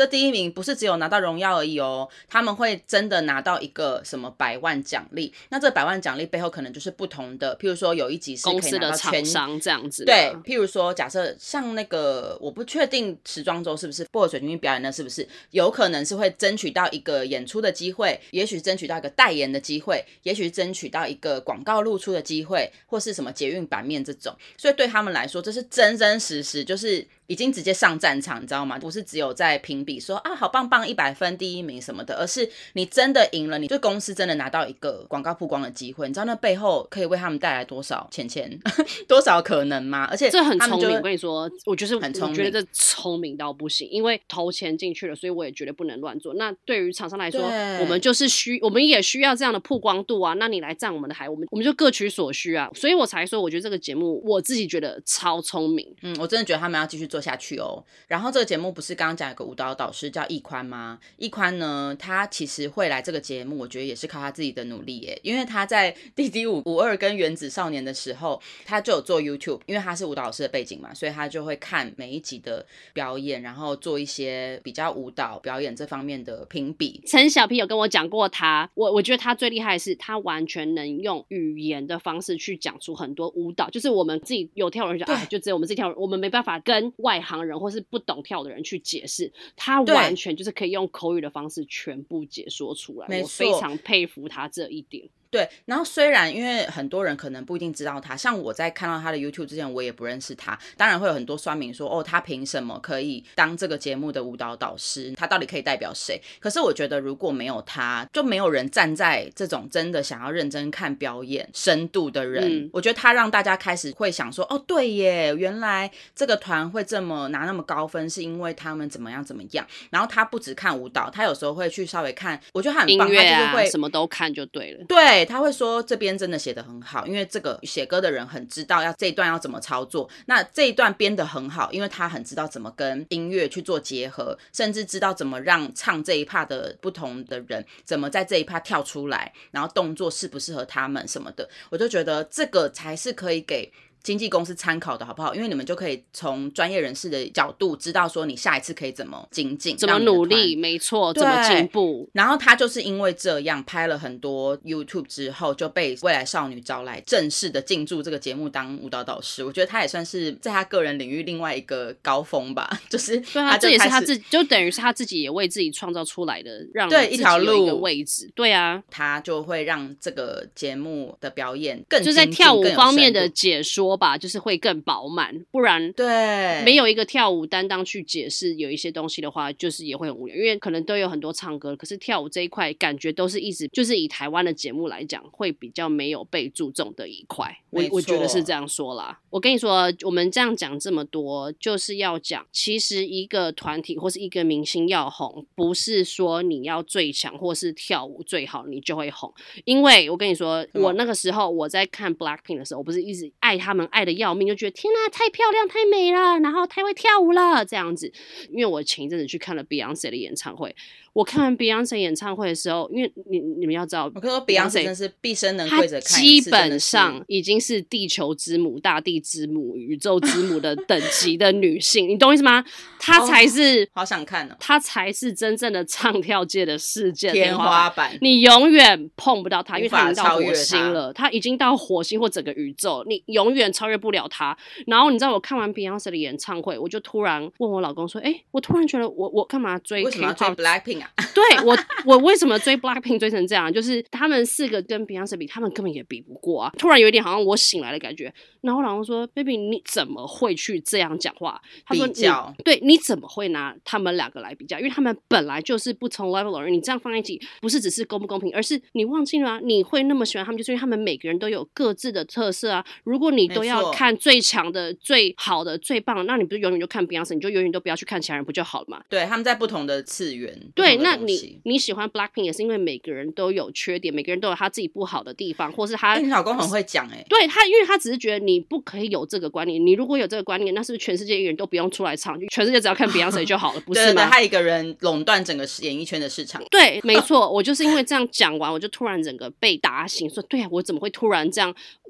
这第一名不是只有拿到荣耀而已哦，他们会真的拿到一个什么100万奖励，那这100万奖励背后可能就是不同的，譬如说有一集是可以拿到公司的厂商这样子， 对，譬如说假设像那个我不确定时装周是不是薄荷水晶表演的，是不是有可能是会争取到一个演出的机会，也许争取到一个代言的机会，也许争取到一个广告露出的机会，或是什么捷运版面这种，所以对他们来说这是真真实实，就是已经直接上战场，你知道吗？不是只有在评比说啊好棒棒100分第一名什么的，而是你真的赢了，你对公司真的拿到一个广告曝光的機會，你知道那背後可以為他們帶來多少錢多少可能嗎？而且這很聰明，我跟你說，我覺得很聰明， 我覺得這聰明到不行，因為投錢進去了，所以我也覺得不能亂做。那對於廠商來說，我們就是我們也需要這樣的曝光度啊，那你來佔我們的海，我們就各取所需啊，所以我才說我覺得這個節目我自己覺得超聰明。 我真的覺得他們要繼續做下去哦。然後這個節目不是剛剛講有個舞蹈導師叫易寬嗎？易寬呢，他其實會來這個節目，我覺得也是靠他自己的努力耶，因為他在弟弟52跟原子少年的時候，他就有做 YouTube， 因為他是舞蹈老師的背景嘛，所以他就會看每一集的表演，然後做一些比較舞蹈表演這方面的評比。 陳小 P 有跟我講過他，我覺得他最厲害的是他完全能用語言的方式去講出很多舞蹈，就是我們自己有跳的人就只有我們自己跳人，我們沒辦法跟外行人或是不懂跳的人去解釋，他完全就是可以用口語的方式全部解說出來，我非常佩服他這一點。 對，然後雖然因為很多人可能不一定知道他，像我在看到他的 YouTube 之前我也不認識他，當然會有很多酸民說哦，他憑什麼可以當這個節目的舞蹈導師，他到底可以代表誰？可是我覺得如果沒有他，就沒有人站在這種真的想要認真看表演深度的人，我覺得他讓大家開始會想說哦，對耶，原來這個團會這麼拿那麼高分是因為他們怎麼樣怎麼樣，然後他不只看舞蹈，他有時候會去稍微看，我覺得他很棒， 音樂啊， 他就是會什麼都看就對了。 對，他會說這邊真的寫得很好，因為這個寫歌的人很知道這一段要怎麼操作，那這一段編得很好，因為他很知道怎麼跟音樂去做結合，甚至知道怎麼讓唱這一 part 的不同的人怎麼在這一 part 跳出來，然後動作適不適合他們什麼的，我就覺得這個才是可以給經紀公司參考的好不好？因為你們就可以從專業人士的角度知道說你下一次可以怎麼精進， 怎麼努力，沒錯，怎麼進步。 然後他就是因為這樣拍了很多 YouTube 之後就被未來少女招來正式的進駐這個節目當舞蹈導師，我覺得他也算是在他個人領域另外一個高峰吧，就是對啊，這也是他自己，就等於是他自己也為自己創造出來的，讓對自己有一個位置。對啊， 他就會讓這個節目的表演更精進， 就在跳舞方面的解說吧，就是會更飽滿，不然對沒有一個跳舞擔當去解釋有一些東西的話，就是也會很無聊，因為可能都有很多唱歌，可是跳舞這一塊感覺都是一直就是以台灣的節目來講會比較沒有被注重的一塊，我覺得是這樣說啦。我跟你說，我們這樣講這麼多就是要講，其實一個團體或是一個明星要紅，不是說你要最強或是跳舞最好你就會紅，因為我跟你說，我那個時候我在看 Blackpink 的時候，我不是一直愛他們愛的要命，就覺得天啊太漂亮太美了，然後太會跳舞了這樣子。因為我前一陣子去看了 Beyonce 的演唱會，我看完 Beyonce 演唱會的時候，因為你們要知道， 我跟你說 Beyonce 真的是畢生能跪着看一次， 基本上已經是地球之母、大地之母、宇宙之母的等級的女性，你懂我意思嗎？她才是、 好想看哦， 她才是真正的唱跳界的世界天花板， 你永遠碰不到她，因為她已經到火星了， 她已經到火星或整個宇宙，你永遠超越不了她。然後你知道我看完 Beyonce 的演唱會，我就突然問我老公說，我突然覺得我幹嘛追 K-pop？ 為什麼要追 Blackpink 啊？ 對，我為什麼追 Blackpink 追成這樣？就是他們4個跟 Beyonce 比，他們根本也比不過啊！突然有一點好像我醒來的感覺。然後我老公說 ：“Baby， 你怎麼會去這樣講話？”他說：“你怎麼會拿他們2個來比較？因為他們本來就是不同 level 的人，你這樣放在一起，不是只是公不公平，而是你忘記了啊！你會那麼喜歡他們，就是因為他們每個人都有各自的特色啊。如果你都要看最強的、最好的、最棒的，那你不是永遠就看 Beyonce， 你就永遠都不要去看其他人，不就好了嗎？” 對，他們在不同的次元。 對，那你喜歡 Blackpink 也是因為每個人都有缺點，每個人都有他自己不好的地方，或是他。 你老公很會講欸。 對他，因為他只是覺得你不可以有這個觀念，你如果有這個觀念，那是不是全世界藝人都不用出來唱，全世界只要看 Beyonce 就好了，不是嗎？ 對，他一個人壟斷整個演藝圈的市場。 對，沒錯，我就是因為這樣講完，我就突然整個被打醒，說對啊，我怎麼會突然這樣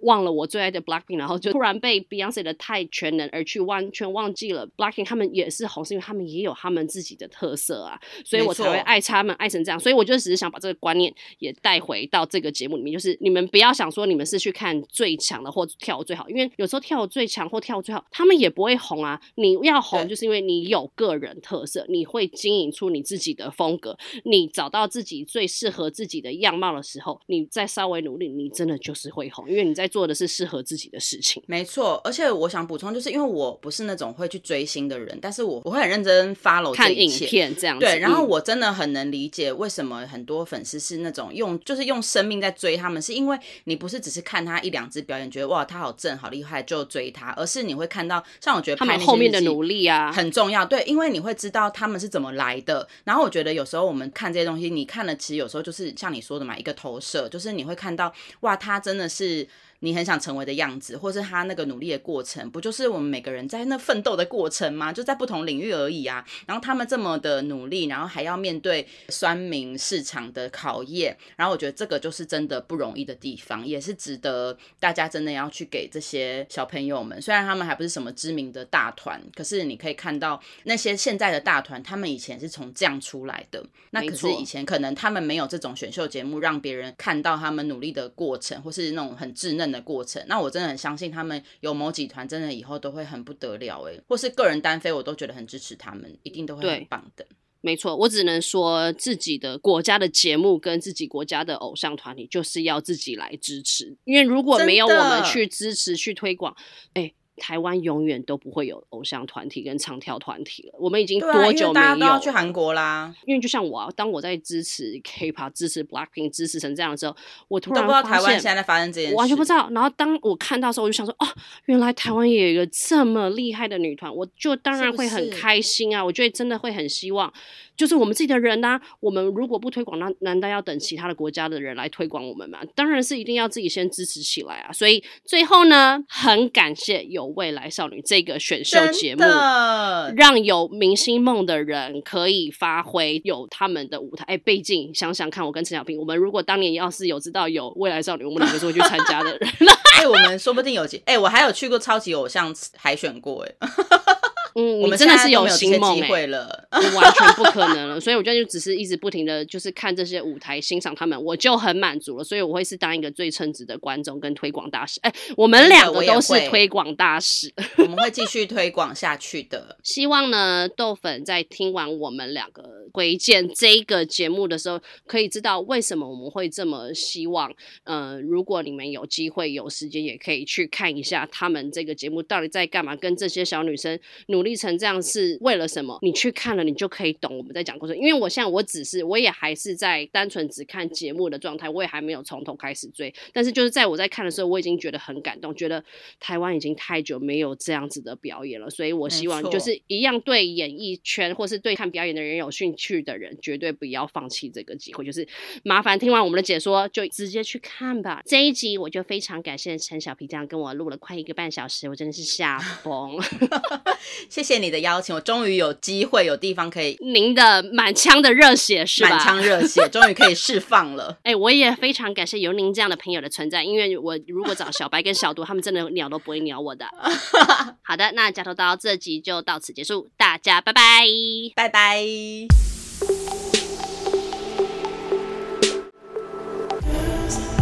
忘了我最爱的 Blackpink， 然后就突然被 Beyonce 的太全能而去完全忘记了 Blackpink 他们也是红，是因为他们也有他们自己的特色啊，所以我才会爱他们爱成这样。所以我就只是想把这个观念也带回到这个节目里面，就是你们不要想说你们是去看最强的或跳舞最好，因为有时候跳舞最强或跳舞最好他们也不会红啊。你要红就是因为你有个人特色，你会经营出你自己的风格，你找到自己最适合自己的样貌的时候，你再稍微努力，你真的就是会红，因为你在做的是适合自己的事情。 没错，而且我想补充，就是因为我不是那种会去追星的人，但是我会很认真 follow 这一切， 看影片这样子。 对，然后我真的很能理解为什么很多粉丝是那种就是用生命在追他们，是因为你不是只是看他一两支表演，觉得哇他好正好厉害就追他，而是你会看到，像我觉得拍那些日记他们后面的努力啊很重要，对，因为你会知道他们是怎么来的。然后我觉得有时候我们看这些东西，你看了其实有时候就是像你说的嘛，一个投射，就是你会看到哇他真的是你很想成为的样子，或是他那个努力的过程，不就是我们每个人在那奋斗的过程吗？就在不同领域而已啊。然后他们这么的努力，然后还要面对酸民市场的考验，然后我觉得这个就是真的不容易的地方，也是值得大家真的要去给这些小朋友们，虽然他们还不是什么知名的大团，可是你可以看到那些现在的大团，他们以前是从这样出来的，那可是以前可能他们没有这种选秀节目让别人看到他们努力的过程，或是那种很稚嫩的过程，那我真的很相信他们有某几团真的以后都会很不得了或是个人单飞我都觉得很支持他们，一定都会很棒的。 没错，我只能说自己的国家的节目跟自己国家的偶像团体就是要自己来支持，因为如果没有我们去支持去推广，台湾永远都不会有偶像团体跟唱跳团体了。我们已经多久没有？因为大家都要去韩国啦。 因为就像我当我在支持 K-pop、支持 Blackpink、支持成这样的时候，我突然都不知道台湾现在在发生这件事， 我完全不知道。然后当我看到的时候，我就想说，哦，原来台湾也有一个这么厉害的女团，我就当然会很开心啊！我觉得真的会很希望，就是我们自己的人啊，我们如果不推广，那难道要等其他的国家的人来推广我们吗？当然是一定要自己先支持起来啊！所以最后呢，很感谢有未来少女这个选秀节目，让有明星梦的人可以发挥有他们的舞台。毕竟想想看，我跟陈小平，我们如果当年要是有知道有未来少女，我们两个是会去参加的人。 我们说不定有我还有去过超级偶像海选过我们真的是有新梦机会了， 完全不可能了。所以我就只是一直不停的就是看这些舞台，欣赏他们，我就很满足了。所以我会是当一个最称职的观众跟推广大使。我们两个都是推广大使， 我们会继续推广下去的。 希望呢，豆粉在听完我们两个推荐这个节目的时候，可以知道为什么我们会这么希望。如果你们有机会有时间，也可以去看一下他们这个节目到底在干嘛，跟这些小女生努力成这样是为了什么？你去看了，你就可以懂我们在讲故事。因为我也还是在单纯只看节目的状态，我也还没有从头开始追。但是就是在我在看的时候，我已经觉得很感动，觉得台湾已经太久没有这样子的表演了。所以我希望就是一样对演艺圈或是对看表演的人有兴趣的人，绝对不要放弃这个机会。就是麻烦听完我们的解说，就直接去看吧。这一集我就非常感谢陈小皮这样跟我录了快1个半小时，我真的是吓疯。 谢谢你的邀请，我终于有机会有地方可以， 您的满腔的热血是吧？ 满腔热血终于可以释放了。 我也非常感谢有您这样的朋友的存在，因为我如果找小白跟小杜，他们真的鸟都不会鸟我的。好的，那假头刀这集就到此结束，大家拜拜， 拜拜。